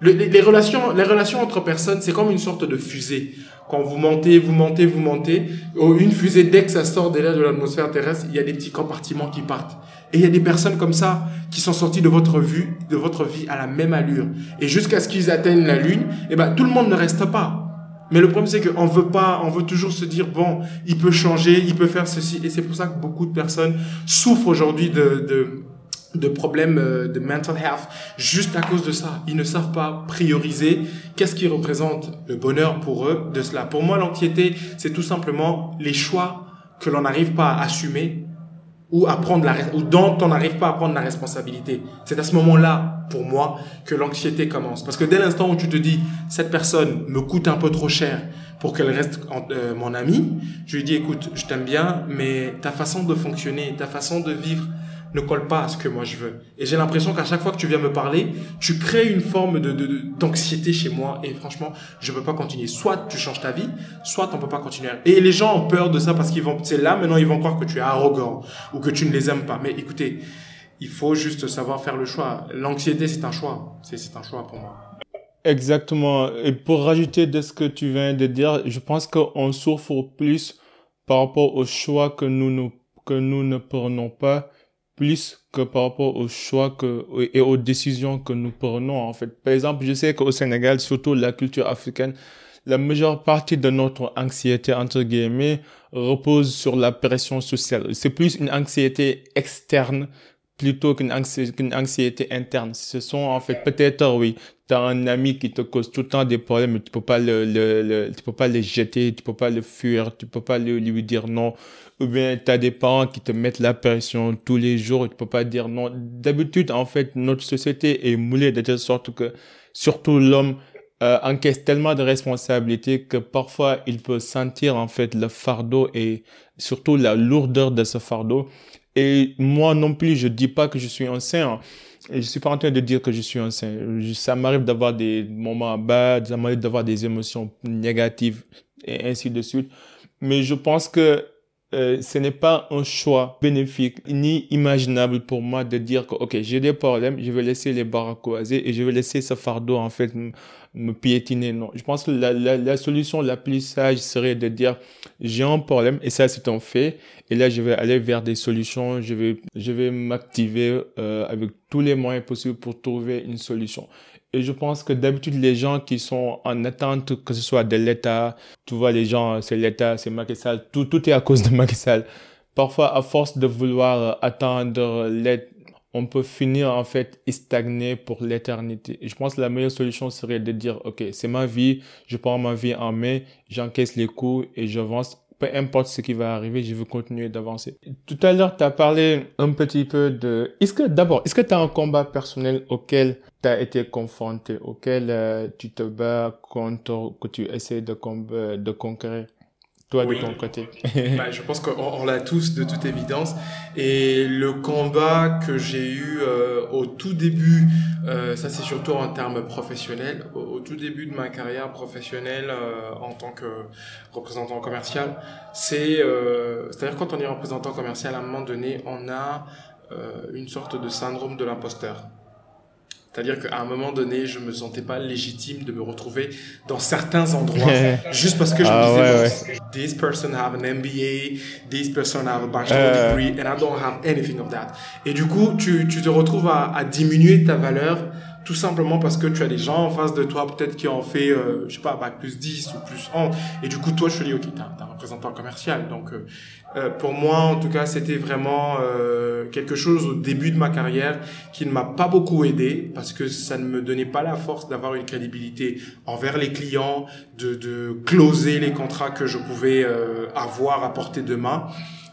Le, les, les relations, les relations entre personnes, c'est comme une sorte de fusée. Quand vous montez, vous montez, vous montez, une fusée, dès que ça sort de l'air de l'atmosphère terrestre, il y a des petits compartiments qui partent. Et il y a des personnes comme ça qui sont sorties de votre vue, de votre vie à la même allure. Et jusqu'à ce qu'ils atteignent la Lune, eh ben, tout le monde ne reste pas. Mais le problème, c'est qu'on veut pas, on veut toujours se dire, bon, il peut changer, il peut faire ceci. Et c'est pour ça que beaucoup de personnes souffrent aujourd'hui de, de, de problèmes de mental health, juste à cause de ça. Ils ne savent pas prioriser qu'est-ce qui représente le bonheur pour eux de cela. Pour moi, l'anxiété, c'est tout simplement les choix que l'on n'arrive pas à assumer ou à prendre la, ou dont on n'arrive pas à prendre la responsabilité. C'est à ce moment-là, pour moi, que l'anxiété commence. Parce que dès l'instant où tu te dis, cette personne me coûte un peu trop cher pour qu'elle reste en, euh, mon amie, je lui dis, écoute, je t'aime bien, mais ta façon de fonctionner, ta façon de vivre ne colle pas à ce que moi je veux. Et j'ai l'impression qu'à chaque fois que tu viens me parler, tu crées une forme de, de, de d'anxiété chez moi. Et franchement, je peux pas continuer. Soit tu changes ta vie, soit on peut pas continuer. Et les gens ont peur de ça parce qu'ils vont, c'est là maintenant ils vont croire que tu es arrogant ou que tu ne les aimes pas. Mais écoutez, il faut juste savoir faire le choix. L'anxiété, c'est un choix. C'est, c'est un choix pour moi. Exactement. Et pour rajouter de ce que tu viens de dire, je pense qu'on souffre plus par rapport aux choix que nous, nous que nous ne prenons pas, plus que par rapport aux choix que, et aux décisions que nous prenons, en fait. Par exemple, je sais qu'au Sénégal, surtout la culture africaine, la majeure partie de notre anxiété, entre guillemets, repose sur la pression sociale. C'est plus une anxiété externe plutôt qu'une anxiété, qu'une anxiété interne. Ce sont, en fait, peut-être, oui, t'as un ami qui te cause tout le temps des problèmes, mais tu peux pas le, le, le, tu peux pas les jeter, tu peux pas le fuir, tu peux pas le, lui dire non. Ou bien t'as des parents qui te mettent la pression tous les jours et tu peux pas dire non. D'habitude, en fait, notre société est moulée de telle sorte que, surtout l'homme, euh, encaisse tellement de responsabilités que parfois il peut sentir, en fait, le fardeau et surtout la lourdeur de ce fardeau. Et moi non plus, je dis pas que je suis un saint. Et je suis pas en train de dire que je suis un saint. Ça m'arrive d'avoir des moments bas, ça m'arrive d'avoir des émotions négatives et ainsi de suite. Mais je pense que euh, ce n'est pas un choix bénéfique ni imaginable pour moi de dire que ok, j'ai des problèmes, je vais laisser les barres croisées et je vais laisser ce fardeau en fait me, me piétiner. Non, je pense que la, la, la solution la plus sage serait de dire j'ai un problème et ça c'est un fait. Et là, je vais aller vers des solutions, je vais, je vais m'activer euh, avec tous les moyens possibles pour trouver une solution. Et je pense que d'habitude, les gens qui sont en attente, que ce soit de l'État, tu vois, les gens, c'est l'État, c'est Macky Sall, tout, tout est à cause de Macky Sall. Parfois, à force de vouloir attendre l'aide, on peut finir en fait stagner pour l'éternité. Et je pense que la meilleure solution serait de dire, ok, c'est ma vie, je prends ma vie en main, j'encaisse les coups et j'avance. Peu importe ce qui va arriver, je veux continuer d'avancer. Tout à l'heure, tu as parlé un petit peu de... Est-ce que, d'abord, est-ce que tu as un combat personnel auquel tu as été confronté, auquel euh, tu te bats contre, que tu essaies de, comb- de conquérir, toi, oui, de ton côté? Bah, je pense qu'on on l'a tous de toute évidence. Et le combat que j'ai eu euh, au tout début, euh, ça c'est surtout en termes professionnels, au, au tout début de ma carrière professionnelle euh, en tant que représentant commercial, c'est, euh, c'est-à-dire quand on est représentant commercial, à un moment donné, on a euh, une sorte de syndrome de l'imposteur. C'est-à-dire qu'à un moment donné, je me sentais pas légitime de me retrouver dans certains endroits juste parce que je ah, me disais, ouais, ouais. This person have an M B A, this person have a bachelor euh... degree, and I don't have anything of that. Et du coup, tu, tu te retrouves à, à diminuer ta valeur tout simplement parce que tu as des gens en face de toi, peut-être qui ont fait, euh, je sais pas, bac plus dix ou plus onze. Et du coup, toi, je te dis, ok, t'es un, t'es un représentant commercial. Donc, euh, euh, pour moi, en tout cas, c'était vraiment euh, quelque chose au début de ma carrière qui ne m'a pas beaucoup aidé parce que ça ne me donnait pas la force d'avoir une crédibilité envers les clients, de, de closer les contrats que je pouvais euh, avoir à portée de main.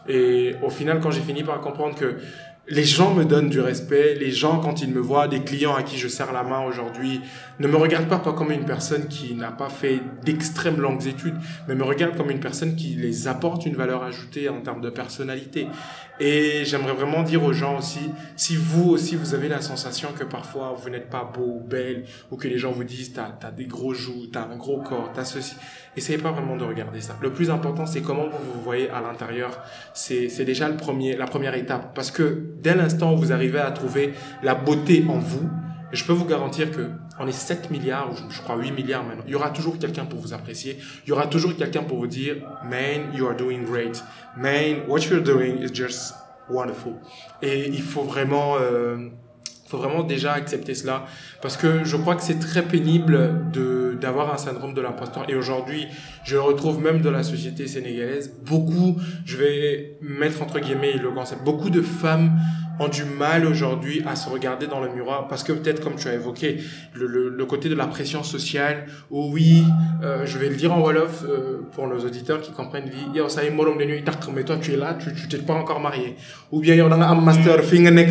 Et au final, quand j'ai fini par comprendre que les gens me donnent du respect, les gens, quand ils me voient, des clients à qui je serre la main aujourd'hui, ne me regardent pas, pas comme une personne qui n'a pas fait d'extrêmes longues études, mais me regardent comme une personne qui les apporte une valeur ajoutée en termes de personnalité. Et j'aimerais vraiment dire aux gens aussi, si vous aussi, vous avez la sensation que parfois vous n'êtes pas beau ou belle, ou que les gens vous disent, t'as, t'as des gros joues, t'as un gros corps, t'as ceci, essayez pas vraiment de regarder ça. Le plus important, c'est comment vous vous voyez à l'intérieur. C'est, c'est déjà le premier, la première étape. Parce que dès l'instant où vous arrivez à trouver la beauté en vous, Et je peux vous garantir que on est sept milliards, ou je crois huit milliards maintenant. Il y aura toujours quelqu'un pour vous apprécier. Il y aura toujours quelqu'un pour vous dire, man, you are doing great. Man, what you're doing is just wonderful. Et il faut vraiment, euh, faut vraiment déjà accepter cela, parce que je crois que c'est très pénible de d'avoir un syndrome de l'imposteur. Et aujourd'hui, je le retrouve même dans la société sénégalaise. Beaucoup, je vais mettre entre guillemets le concept, beaucoup de femmes ont du mal aujourd'hui à se regarder dans le miroir, parce que peut-être, comme tu as évoqué, le, le, le côté de la pression sociale, où oui, euh, je vais le dire en Wolof euh, pour nos auditeurs qui comprennent, Yo, ça y est, morom de nuit, mais toi tu es là, tu tu t'es pas encore marié, ou bien il y a un master,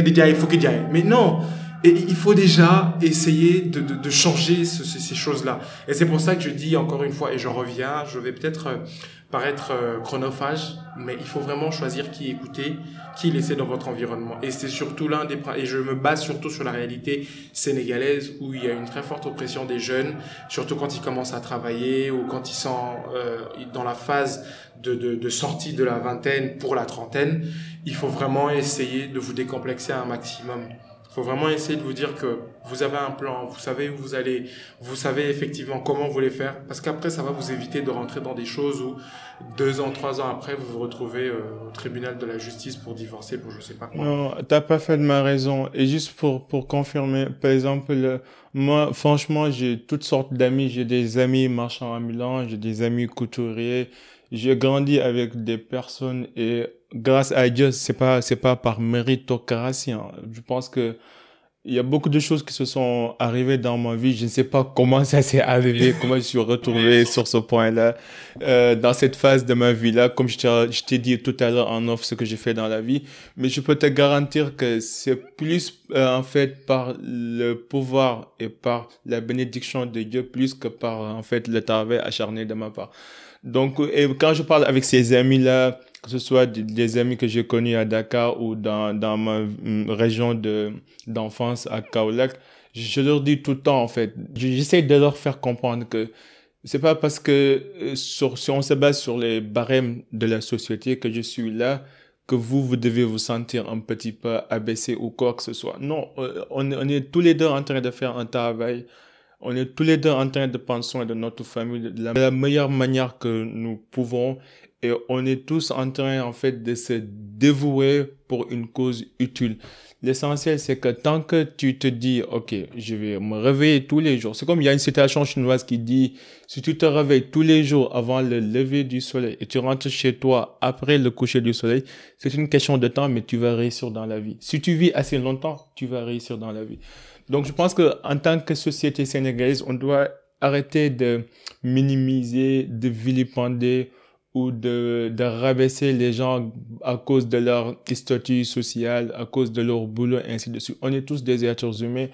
mais non. Et il faut déjà essayer de, de, de changer ce, ces, ces choses-là. Et c'est pour ça que je dis encore une fois, et je reviens, je vais peut-être euh, paraître euh, chronophage, mais il faut vraiment choisir qui écouter, qui laisser dans votre environnement. Et c'est surtout l'un des... Et je me base surtout sur la réalité sénégalaise, où il y a une très forte oppression des jeunes, surtout quand ils commencent à travailler, ou quand ils sont euh, dans la phase de, de, de sortie de la vingtaine pour la trentaine. Il faut vraiment essayer de vous décomplexer un maximum. Il faut vraiment essayer de vous dire que vous avez un plan, vous savez où vous allez, vous savez effectivement comment vous les faire, parce qu'après ça va vous éviter de rentrer dans des choses où deux ans, trois ans après vous vous retrouvez euh, au tribunal de la justice pour divorcer, pour je sais pas quoi. Non, t'as pas fait de ma raison. Et juste pour pour confirmer, par exemple, le, moi franchement j'ai toutes sortes d'amis. J'ai des amis marchands ambulants, j'ai des amis couturiers. J'ai grandi avec des personnes et grâce à Dieu, c'est pas c'est pas par méritocratie, hein. Je pense que il y a beaucoup de choses qui se sont arrivées dans ma vie. Je ne sais pas comment ça s'est arrivé, comment je suis retrouvé sur ce point-là, euh, dans cette phase de ma vie-là. Comme je t'ai, je t'ai dit tout à l'heure en off ce que j'ai fait dans la vie. Mais je peux te garantir que c'est plus, euh, en fait, par le pouvoir et par la bénédiction de Dieu, plus que par, en fait, le travail acharné de ma part. Donc, et quand je parle avec ces amis-là, que ce soit des amis que j'ai connus à Dakar ou dans, dans ma région de, d'enfance à Kaolack, je leur dis tout le temps, en fait, j'essaie de leur faire comprendre que c'est pas parce que sur, si on se base sur les barèmes de la société que je suis là, que vous, vous devez vous sentir un petit peu abaissé ou quoi que ce soit. Non, on, on est tous les deux en train de faire un travail. On est tous les deux en train de prendre soin de notre famille de la, de la meilleure manière que nous pouvons. Et on est tous en train, en fait, de se dévouer pour une cause utile. L'essentiel, c'est que tant que tu te dis, OK, je vais me réveiller tous les jours. C'est comme il y a une citation chinoise qui dit, si tu te réveilles tous les jours avant le lever du soleil et tu rentres chez toi après le coucher du soleil, c'est une question de temps, mais tu vas réussir dans la vie. Si tu vis assez longtemps, tu vas réussir dans la vie. Donc, je pense que en tant que société sénégalaise, on doit arrêter de minimiser, de vilipender ou de, de rabaisser les gens à cause de leur statut social, à cause de leur boulot, et ainsi de suite. On est tous des êtres humains.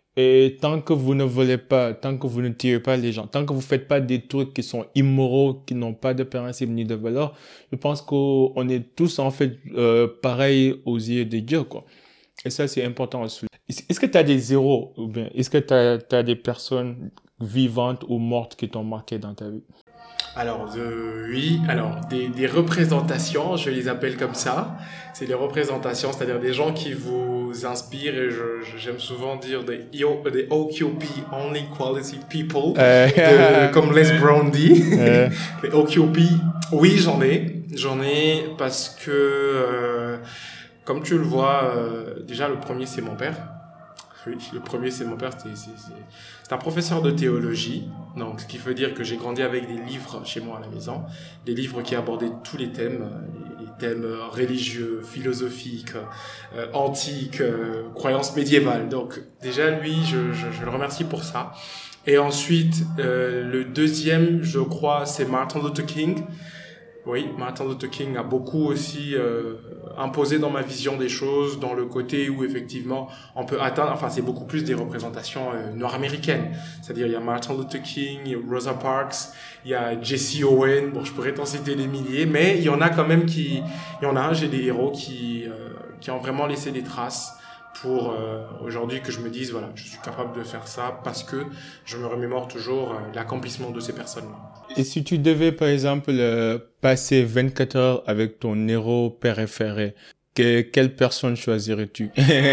Et tant que vous ne volez pas, tant que vous ne tirez pas les gens, tant que vous faites pas des trucs qui sont immoraux, qui n'ont pas de principe ni de valeur, je pense qu'on est tous, en fait, euh, pareils aux yeux de Dieu, quoi. Et ça, c'est important aussi. Est-ce que tu as des héros ou bien est-ce que tu as des personnes vivantes ou mortes qui t'ont marqué dans ta vie? Alors, euh, oui, alors, des, des représentations, je les appelle comme ça. C'est des représentations, c'est-à-dire des gens qui vous inspirent, et je, je, j'aime souvent dire des, des O Q P, Only Quality People, euh, de, comme Les Brown dit. Euh. Les O Q P, oui, j'en ai. J'en ai parce que... Euh, Comme tu le vois, euh, déjà le premier c'est mon père. Oui, le premier c'est mon père. C'est, c'est, c'est, c'est un professeur de théologie. Donc, ce qui veut dire que j'ai grandi avec des livres chez moi à la maison, des livres qui abordaient tous les thèmes, les, les thèmes religieux, philosophiques, euh, antiques, euh, croyances médiévales. Donc, déjà lui, je, je, je le remercie pour ça. Et ensuite, euh, le deuxième, je crois, c'est Martin Luther King. Oui, Martin Luther King a beaucoup aussi euh, imposé dans ma vision des choses, dans le côté où effectivement on peut atteindre, enfin c'est beaucoup plus des représentations euh, nord-américaines. C'est-à-dire il y a Martin Luther King, il y a Rosa Parks, il y a Jesse Owens, bon je pourrais t'en citer des milliers, mais il y en a quand même qui, il y en a un, j'ai des héros qui, euh, qui ont vraiment laissé des traces pour euh, aujourd'hui que je me dise, voilà, je suis capable de faire ça parce que je me remémore toujours euh, l'accomplissement de ces personnes-là. Et si tu devais, par exemple, euh, passer vingt-quatre heures avec ton héros préféré, que, quelle personne choisirais-tu?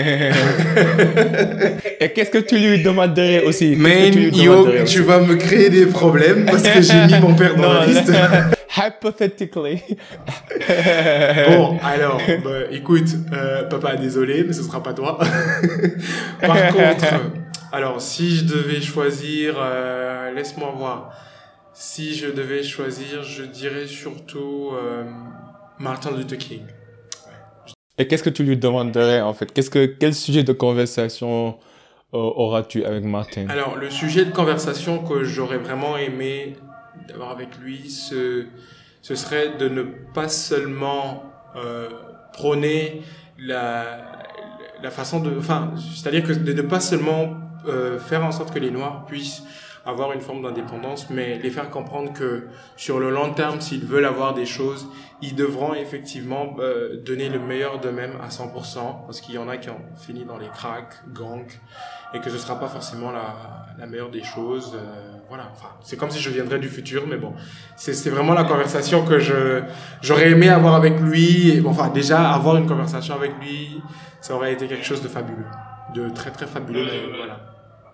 Et qu'est-ce que tu lui demanderais aussi? Mais tu, lui yo, demanderais tu aussi? vas me créer des problèmes parce que j'ai mis mon père dans Non, la liste. Hypothetically. Bon, alors, bah, écoute, euh, papa, désolé, mais ce sera pas toi. Par contre, alors, si je devais choisir, euh, laisse-moi voir. Si je devais choisir, je dirais surtout euh, Martin Luther King. Et qu'est-ce que tu lui demanderais en fait? Qu'est-ce que, quel sujet de conversation euh, auras-tu avec Martin? Alors, le sujet de conversation que j'aurais vraiment aimé d'avoir avec lui, ce, ce serait de ne pas seulement euh, prôner la, la façon de... Enfin, c'est-à-dire que de ne pas seulement euh, faire en sorte que les Noirs puissent avoir une forme d'indépendance, mais les faire comprendre que sur le long terme, s'ils veulent avoir des choses, ils devront effectivement euh, donner le meilleur d'eux-mêmes à cent pour cent, parce qu'il y en a qui ont fini dans les cracks, gangs, et que ce sera pas forcément la, la meilleure des choses. Euh, voilà, enfin, c'est comme si je viendrais du futur, mais bon, c'est, c'est vraiment la conversation que je j'aurais aimé avoir avec lui. Et, bon, enfin, déjà avoir une conversation avec lui, ça aurait été quelque chose de fabuleux, de très très fabuleux. Mais voilà.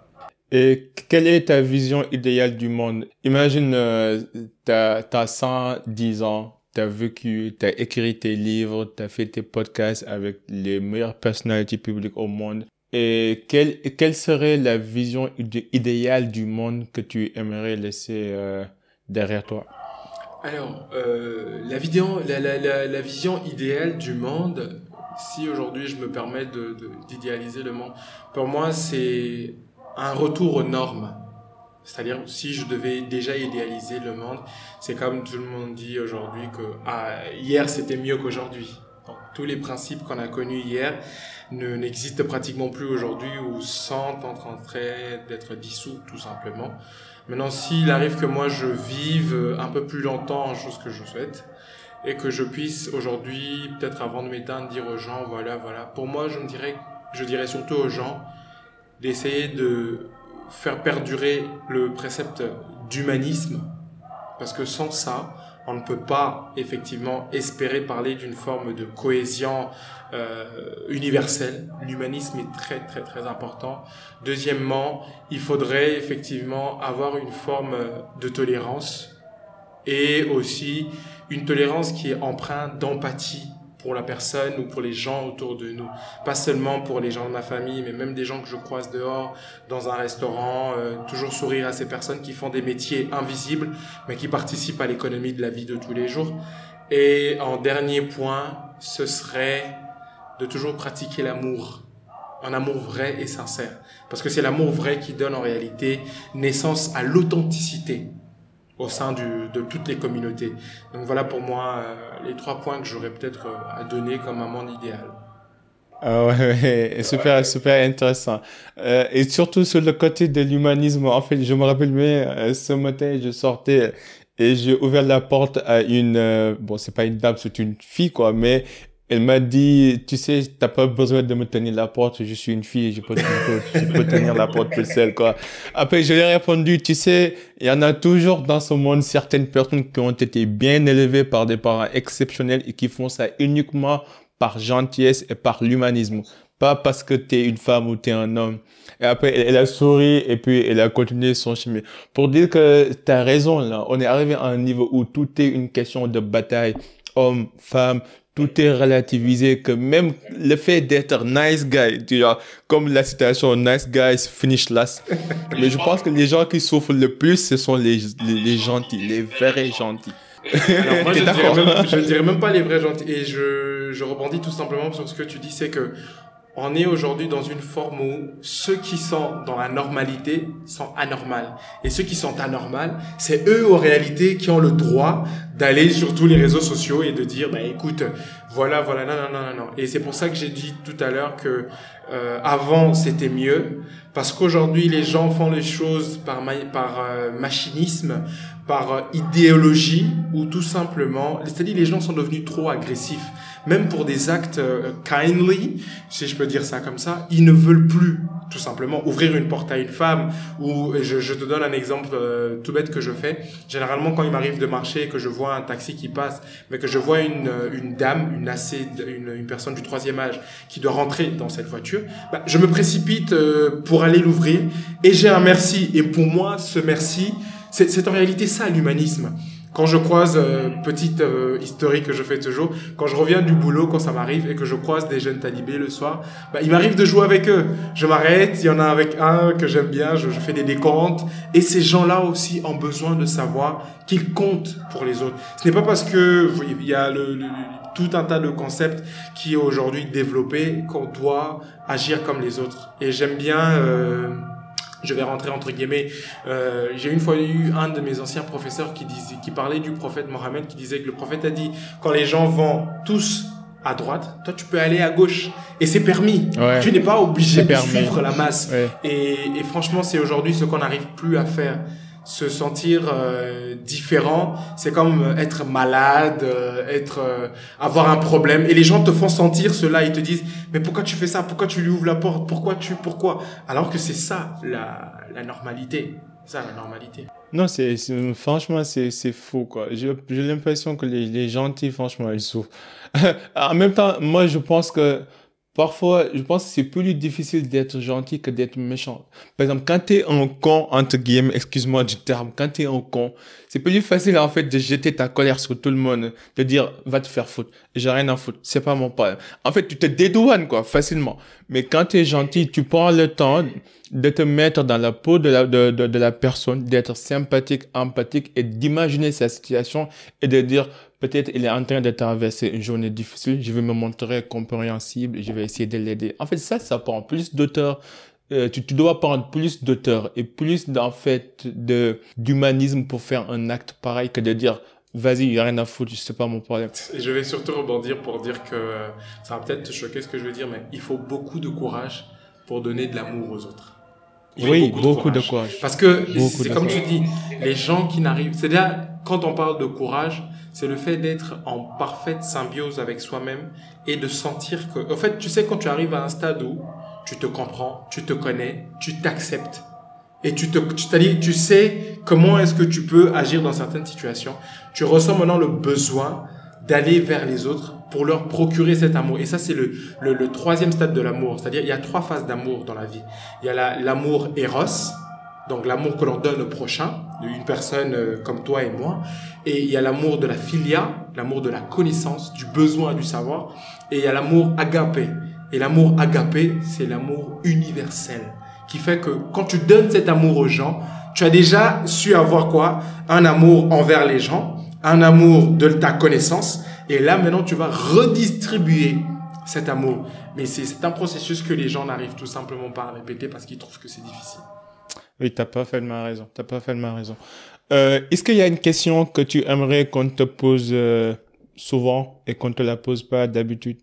Et quelle est ta vision idéale du monde? Imagine, euh, t'as, t'as cent dix ans, t'as vécu, t'as écrit tes livres, t'as fait tes podcasts avec les meilleures personnalités publiques au monde. Et quelle, quelle serait la vision idé- idéale du monde que tu aimerais laisser euh, derrière toi? Alors, euh, la, vidéo, la, la, la, la vision idéale du monde, si aujourd'hui je me permets de, de, d'idéaliser le monde, pour moi c'est un retour aux normes. C'est-à-dire, si je devais déjà idéaliser le monde, c'est comme tout le monde dit aujourd'hui que ah, hier c'était mieux qu'aujourd'hui. Donc, tous les principes qu'on a connus hier ne, n'existent pratiquement plus aujourd'hui ou sont en train d'être dissous tout simplement. Maintenant, s'il arrive que moi je vive un peu plus longtemps, chose que je souhaite, et que je puisse aujourd'hui, peut-être avant de m'éteindre, dire aux gens, voilà, voilà. Pour moi, je me dirais, je dirais surtout aux gens d'essayer de faire perdurer le précepte d'humanisme, parce que sans ça, on ne peut pas effectivement espérer parler d'une forme de cohésion euh, universelle. L'humanisme est très très très important. Deuxièmement, il faudrait effectivement avoir une forme de tolérance et aussi une tolérance qui est empreinte d'empathie pour la personne ou pour les gens autour de nous. Pas seulement pour les gens de ma famille, mais même des gens que je croise dehors, dans un restaurant, euh, toujours sourire à ces personnes qui font des métiers invisibles, mais qui participent à l'économie de la vie de tous les jours. Et en dernier point, ce serait de toujours pratiquer l'amour. Un amour vrai et sincère. Parce que c'est l'amour vrai qui donne en réalité naissance à l'authenticité au sein du, de toutes les communautés. Donc voilà pour moi euh, les trois points que j'aurais peut-être euh, à donner comme un monde idéal. Ah ouais, ouais, super, super intéressant. Euh, et surtout sur le côté de l'humanisme, en fait, je me rappelle bien, euh, ce matin, je sortais et j'ai ouvert la porte à une, euh, bon, c'est pas une dame, c'est une fille, quoi, mais elle m'a dit, tu sais, t'as pas besoin de me tenir la porte, je suis une fille, je peux, je peux, je peux tenir la porte toute seule, quoi. Après, je lui ai répondu, tu sais, il y en a toujours dans ce monde certaines personnes qui ont été bien élevées par des parents exceptionnels et qui font ça uniquement par gentillesse et par l'humanisme. Pas parce que t'es une femme ou t'es un homme. Et après, elle, elle a souri et puis elle a continué son chemin. Pour dire que t'as raison, là. On est arrivé à un niveau où tout est une question de bataille. Homme, femme, tout est relativisé, que même le fait d'être nice guy, tu vois, comme la citation nice guys finish last. Mais je pense que les gens qui souffrent le plus, ce sont les, les, les gentils, les vrais gentils. Alors moi, je dirais, même, je dirais même pas les vrais gentils. Et je, je rebondis tout simplement sur ce que tu dis, c'est que on est aujourd'hui dans une forme où ceux qui sont dans la normalité sont anormales. Et ceux qui sont anormals, c'est eux, en réalité, qui ont le droit d'aller sur tous les réseaux sociaux et de dire, bah, écoute, voilà, voilà, non, non, non, non, non. Et c'est pour ça que j'ai dit tout à l'heure que euh, avant, c'était mieux. Parce qu'aujourd'hui, les gens font les choses par, ma- par euh, machinisme, par euh, idéologie, ou tout simplement, c'est-à-dire les gens sont devenus trop agressifs. Même pour des actes euh, kindly, si je peux dire ça comme ça, ils ne veulent plus tout simplement. Ouvrir une porte à une femme, ou je, je te donne un exemple euh, tout bête que je fais. Généralement, quand il m'arrive de marcher et que je vois un taxi qui passe, mais que je vois une, une dame, une, assez, une, une personne du troisième âge qui doit rentrer dans cette voiture, bah, je me précipite euh, pour aller l'ouvrir et j'ai un merci. Et pour moi, ce merci, c'est, c'est en réalité ça l'humanisme. Quand je croise, euh, petite euh, historique que je fais toujours, quand je reviens du boulot, quand ça m'arrive et que je croise des jeunes talibés le soir, bah, il m'arrive de jouer avec eux. Je m'arrête, il y en a avec un que j'aime bien, je, je fais des décomptes. Et ces gens-là aussi ont besoin de savoir qu'ils comptent pour les autres. Ce n'est pas parce que il y a le, le, tout un tas de concepts qui est aujourd'hui développé qu'on doit agir comme les autres. Et j'aime bien... Euh, je vais rentrer entre guillemets. Euh, j'ai une fois eu un de mes anciens professeurs qui disait, qui parlait du prophète Mohammed, qui disait que le prophète a dit quand les gens vont tous à droite, toi tu peux aller à gauche et c'est permis. Ouais. Tu n'es pas obligé de permis. suivre la masse. Ouais. Et, et franchement, c'est aujourd'hui ce qu'on n'arrive plus à faire. Se sentir euh, différent, c'est comme être malade, euh, être euh, avoir un problème. Et les gens te font sentir cela. Ils te disent, mais pourquoi tu fais ça? Pourquoi tu lui ouvres la porte? Pourquoi tu, pourquoi? Alors que c'est ça la la normalité. C'est ça la normalité. Non, c'est, c'est franchement c'est c'est faux quoi. J'ai j'ai l'impression que les les gentils franchement ils souffrent. En même temps, moi je pense que parfois, je pense que c'est plus difficile d'être gentil que d'être méchant. Par exemple, quand t'es un con, entre guillemets, excuse-moi du terme, quand t'es un con, c'est plus facile, en fait, de jeter ta colère sur tout le monde, de dire, va te faire foutre. J'ai rien à foutre. C'est pas mon problème. En fait, tu te dédouanes, quoi, facilement. Mais quand t'es gentil, tu prends le temps de te mettre dans la peau de la, de, de, de la personne, d'être sympathique, empathique et d'imaginer sa situation et de dire, peut-être il est en train de traverser une journée difficile, je vais me montrer compréhensible, je vais essayer de l'aider. En fait, ça, ça prend plus d'auteur. Euh, tu, tu dois prendre plus d'auteur et plus, en fait, de, d'humanisme pour faire un acte pareil que de dire, vas-y, il n'y a rien à foutre, c'est pas mon problème. Et je vais surtout rebondir pour dire que ça va peut-être te choquer ce que je veux dire, mais il faut beaucoup de courage pour donner de l'amour aux autres. Il oui, beaucoup, beaucoup de, courage. de courage. Parce que c'est comme courage. Tu dis, les gens qui n'arrivent... C'est-à-dire, quand on parle de courage, c'est le fait d'être en parfaite symbiose avec soi-même et de sentir que... En fait, tu sais, quand tu arrives à un stade où tu te comprends, tu te connais, tu t'acceptes et tu te, tu, c'est-à-dire, tu sais comment est-ce que tu peux agir dans certaines situations. Tu ressens maintenant le besoin d'aller vers les autres pour leur procurer cet amour. Et ça, c'est le, le, le troisième stade de l'amour. C'est-à-dire, il y a trois phases d'amour dans la vie. Il y a la, l'amour éros, donc l'amour que l'on donne au prochain, une personne euh, comme toi et moi. Et il y a l'amour de la philia, l'amour de la connaissance, du besoin, du savoir. Et il y a l'amour agapé. Et l'amour agapé, c'est l'amour universel, qui fait que quand tu donnes cet amour aux gens, tu as déjà su avoir quoi? Un amour envers les gens, un amour de ta connaissance. Et là, maintenant, tu vas redistribuer cet amour. Mais c'est, c'est un processus que les gens n'arrivent tout simplement pas à répéter parce qu'ils trouvent que c'est difficile. Oui, t'as parfaitement raison. T'as parfaitement raison. Euh, est-ce qu'il y a une question que tu aimerais qu'on te pose euh, souvent et qu'on te la pose pas d'habitude?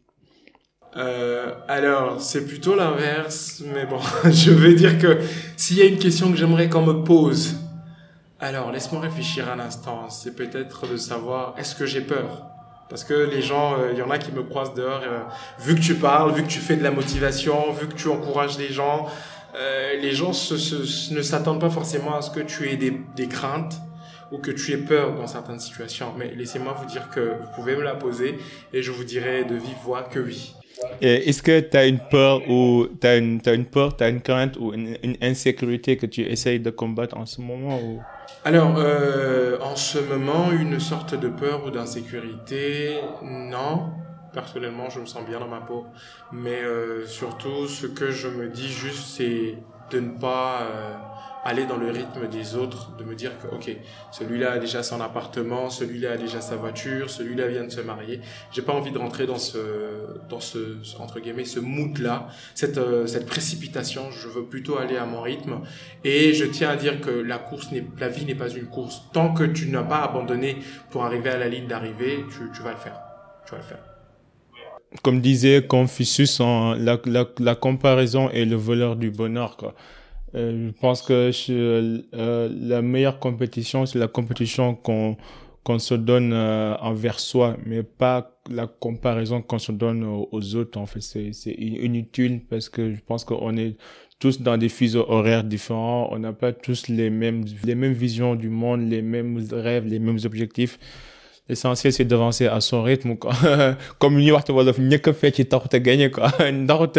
Euh, alors, c'est plutôt l'inverse, mais bon, je vais dire que s'il y a une question que j'aimerais qu'on me pose, alors laisse-moi réfléchir un instant. C'est peut-être de savoir, est-ce que j'ai peur? Parce que les gens, il euh, y en a qui me croisent dehors, euh, vu que tu parles, vu que tu fais de la motivation, vu que tu encourages les gens, euh, les gens se, se, ne s'attendent pas forcément à ce que tu aies des, des craintes ou que tu aies peur dans certaines situations. Mais laissez-moi vous dire que vous pouvez me la poser et je vous dirai de vive voix que oui. Et est-ce que tu as une peur ou tu as une, t'as une peur, tu as une crainte ou une, une insécurité que tu essayes de combattre en ce moment ou... Alors, euh, en ce moment, une sorte de peur ou d'insécurité, non. Personnellement, je me sens bien dans ma peau. Mais euh, surtout, ce que je me dis juste, c'est de ne pas euh, aller dans le rythme des autres, de me dire que, ok, celui-là a déjà son appartement, celui-là a déjà sa voiture, celui-là vient de se marier. J'ai pas envie de rentrer dans ce, dans ce, entre guillemets, ce mood-là, cette, euh, cette précipitation. Je veux plutôt aller à mon rythme. Et je tiens à dire que la course n'est, la vie n'est pas une course. Tant que tu n'as pas abandonné pour arriver à la ligne d'arrivée, tu, tu vas le faire. Tu vas le faire. Comme disait Confucius, hein, la, la, la comparaison est le voleur du bonheur, quoi. Euh, je pense que je, euh, la meilleure compétition, c'est la compétition qu'on qu'on se donne euh, envers soi, mais pas la comparaison qu'on se donne aux, aux autres. En fait, c'est c'est inutile parce que je pense qu'on est tous dans des fuseaux horaires différents. On n'a pas tous les mêmes, les mêmes visions du monde, les mêmes rêves, les mêmes objectifs. L'essentiel, c'est d'avancer à son rythme, quoi. Comme ñu waxtu wolof ñëkk a fecc taxut a gagner, quoi. Ndaxut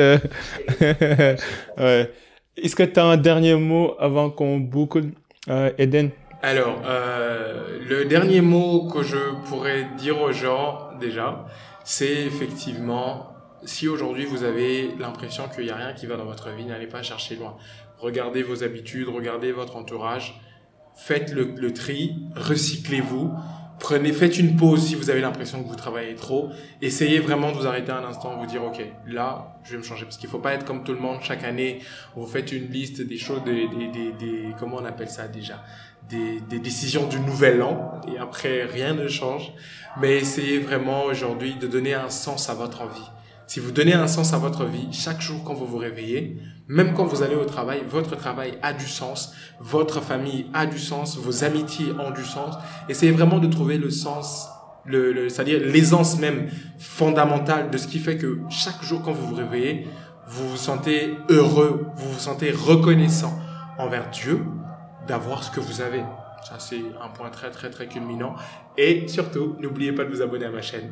ouais. Est-ce que tu as un dernier mot avant qu'on boucle, euh, Eden? Alors, euh, le dernier mot que je pourrais dire aux gens, déjà, c'est effectivement, si aujourd'hui vous avez l'impression qu'il n'y a rien qui va dans votre vie, n'allez pas chercher loin. Regardez vos habitudes, regardez votre entourage, faites le, le tri, recyclez-vous. Prenez, faites une pause si vous avez l'impression que vous travaillez trop. Essayez vraiment de vous arrêter un instant, vous dire ok, là, je vais me changer, parce qu'il faut pas être comme tout le monde chaque année. Vous faites une liste des choses, des, des, des, des comment on appelle ça déjà, des, des décisions du nouvel an, et après rien ne change. Mais essayez vraiment aujourd'hui de donner un sens à votre vie. Si vous donnez un sens à votre vie, chaque jour quand vous vous réveillez, même quand vous allez au travail, votre travail a du sens, votre famille a du sens, vos amitiés ont du sens. Essayez vraiment de trouver le sens, le, le, c'est-à-dire l'aisance même fondamentale de ce qui fait que chaque jour quand vous vous réveillez, vous vous sentez heureux, vous vous sentez reconnaissant envers Dieu d'avoir ce que vous avez. Ça, c'est un point très, très, très culminant. Et surtout, n'oubliez pas de vous abonner à ma chaîne.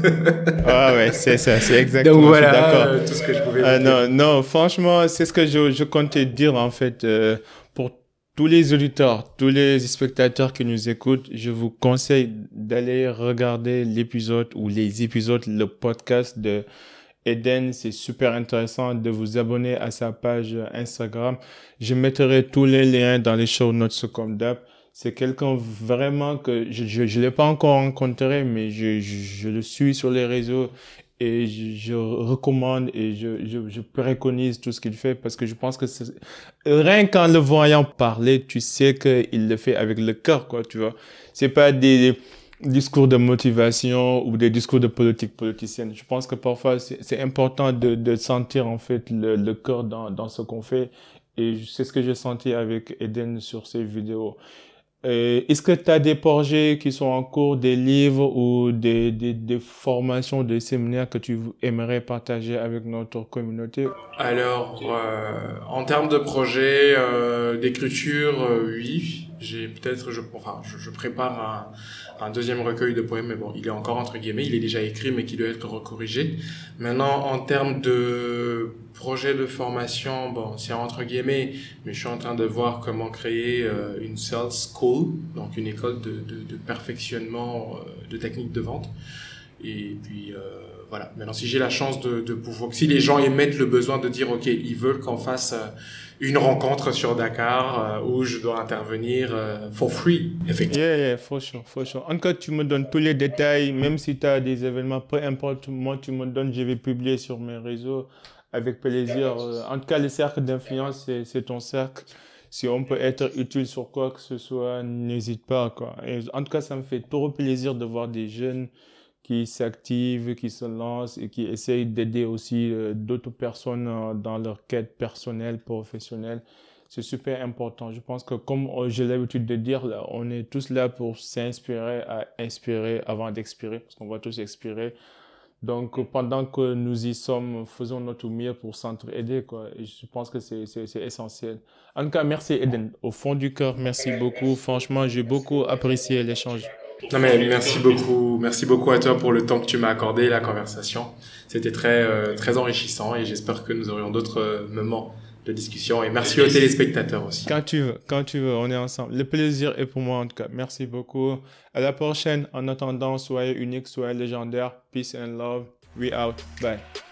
Ah ouais, c'est ça, c'est exactement. Donc voilà, euh, tout ce que je pouvais euh, vous dire. Non, non, franchement, c'est ce que je, je comptais dire, en fait, euh, pour tous les auditeurs, tous les spectateurs qui nous écoutent, je vous conseille d'aller regarder l'épisode ou les épisodes, le podcast de Eden. C'est super intéressant de vous abonner à sa page Instagram. Je mettrai tous les liens dans les show notes comme d'hab. C'est quelqu'un vraiment que je je, je l'ai pas encore rencontré, mais je, je je le suis sur les réseaux et je, je recommande et je, je je préconise tout ce qu'il fait parce que je pense que c'est, rien qu'en le voyant parler, tu sais qu'il le fait avec le cœur, quoi, tu vois. C'est pas des, des discours de motivation ou des discours de politique politicienne. Je pense que parfois c'est, c'est important de de sentir en fait le, le cœur dans dans ce qu'on fait et c'est ce que j'ai senti avec Eden sur ces vidéos. Euh, est-ce que tu as des projets qui sont en cours, des livres ou des, des, des formations, des séminaires que tu aimerais partager avec notre communauté? Alors, euh, en termes de projets euh, d'écriture, euh, oui, j'ai peut-être, je, enfin, je, je prépare un, un deuxième recueil de poèmes, mais bon, il est encore entre guillemets, il est déjà écrit, mais qui doit être recorrigé. Maintenant, en termes de projet de formation, bon, c'est entre guillemets, mais je suis en train de voir comment créer euh, une sales school, donc une école de, de, de perfectionnement euh, de techniques de vente. Et puis euh, voilà. Maintenant, si j'ai la chance de, de pouvoir, si les gens émettent le besoin de dire, ok, ils veulent qu'on fasse euh, une rencontre sur Dakar euh, où je dois intervenir euh, for free, effectivement. Yeah, yeah, for sure, for sure. En tout cas, tu me donnes tous les détails, même si tu as des événements, peu importe, moi tu me donnes, je vais publier sur mes réseaux avec plaisir. En tout cas, le cercle d'influence, c'est, c'est ton cercle. Si on peut être utile sur quoi que ce soit, n'hésite pas, quoi. Et en tout cas, ça me fait trop plaisir de voir des jeunes qui s'activent, qui se lancent et qui essayent d'aider aussi euh, d'autres personnes euh, dans leur quête personnelle, professionnelle. C'est super important. Je pense que comme euh, j'ai l'habitude de dire, là, on est tous là pour s'inspirer, à inspirer avant d'expirer, parce qu'on va tous expirer. Donc, pendant que nous y sommes, faisons notre mieux pour s'entraider, quoi. Et je pense que c'est, c'est, c'est essentiel. En tout cas, merci Eden. Au fond du cœur, merci beaucoup. Franchement, j'ai beaucoup apprécié l'échange. Non mais merci beaucoup, merci beaucoup à toi pour le temps que tu m'as accordé, la conversation. C'était très euh, très enrichissant et j'espère que nous aurions d'autres euh, moments de discussion. Et merci aux téléspectateurs aussi. Quand tu veux, quand tu veux, on est ensemble. Le plaisir est pour moi en tout cas. Merci beaucoup. À la prochaine. En attendant, soyez unique, soyez légendaire. Peace and love. We out. Bye.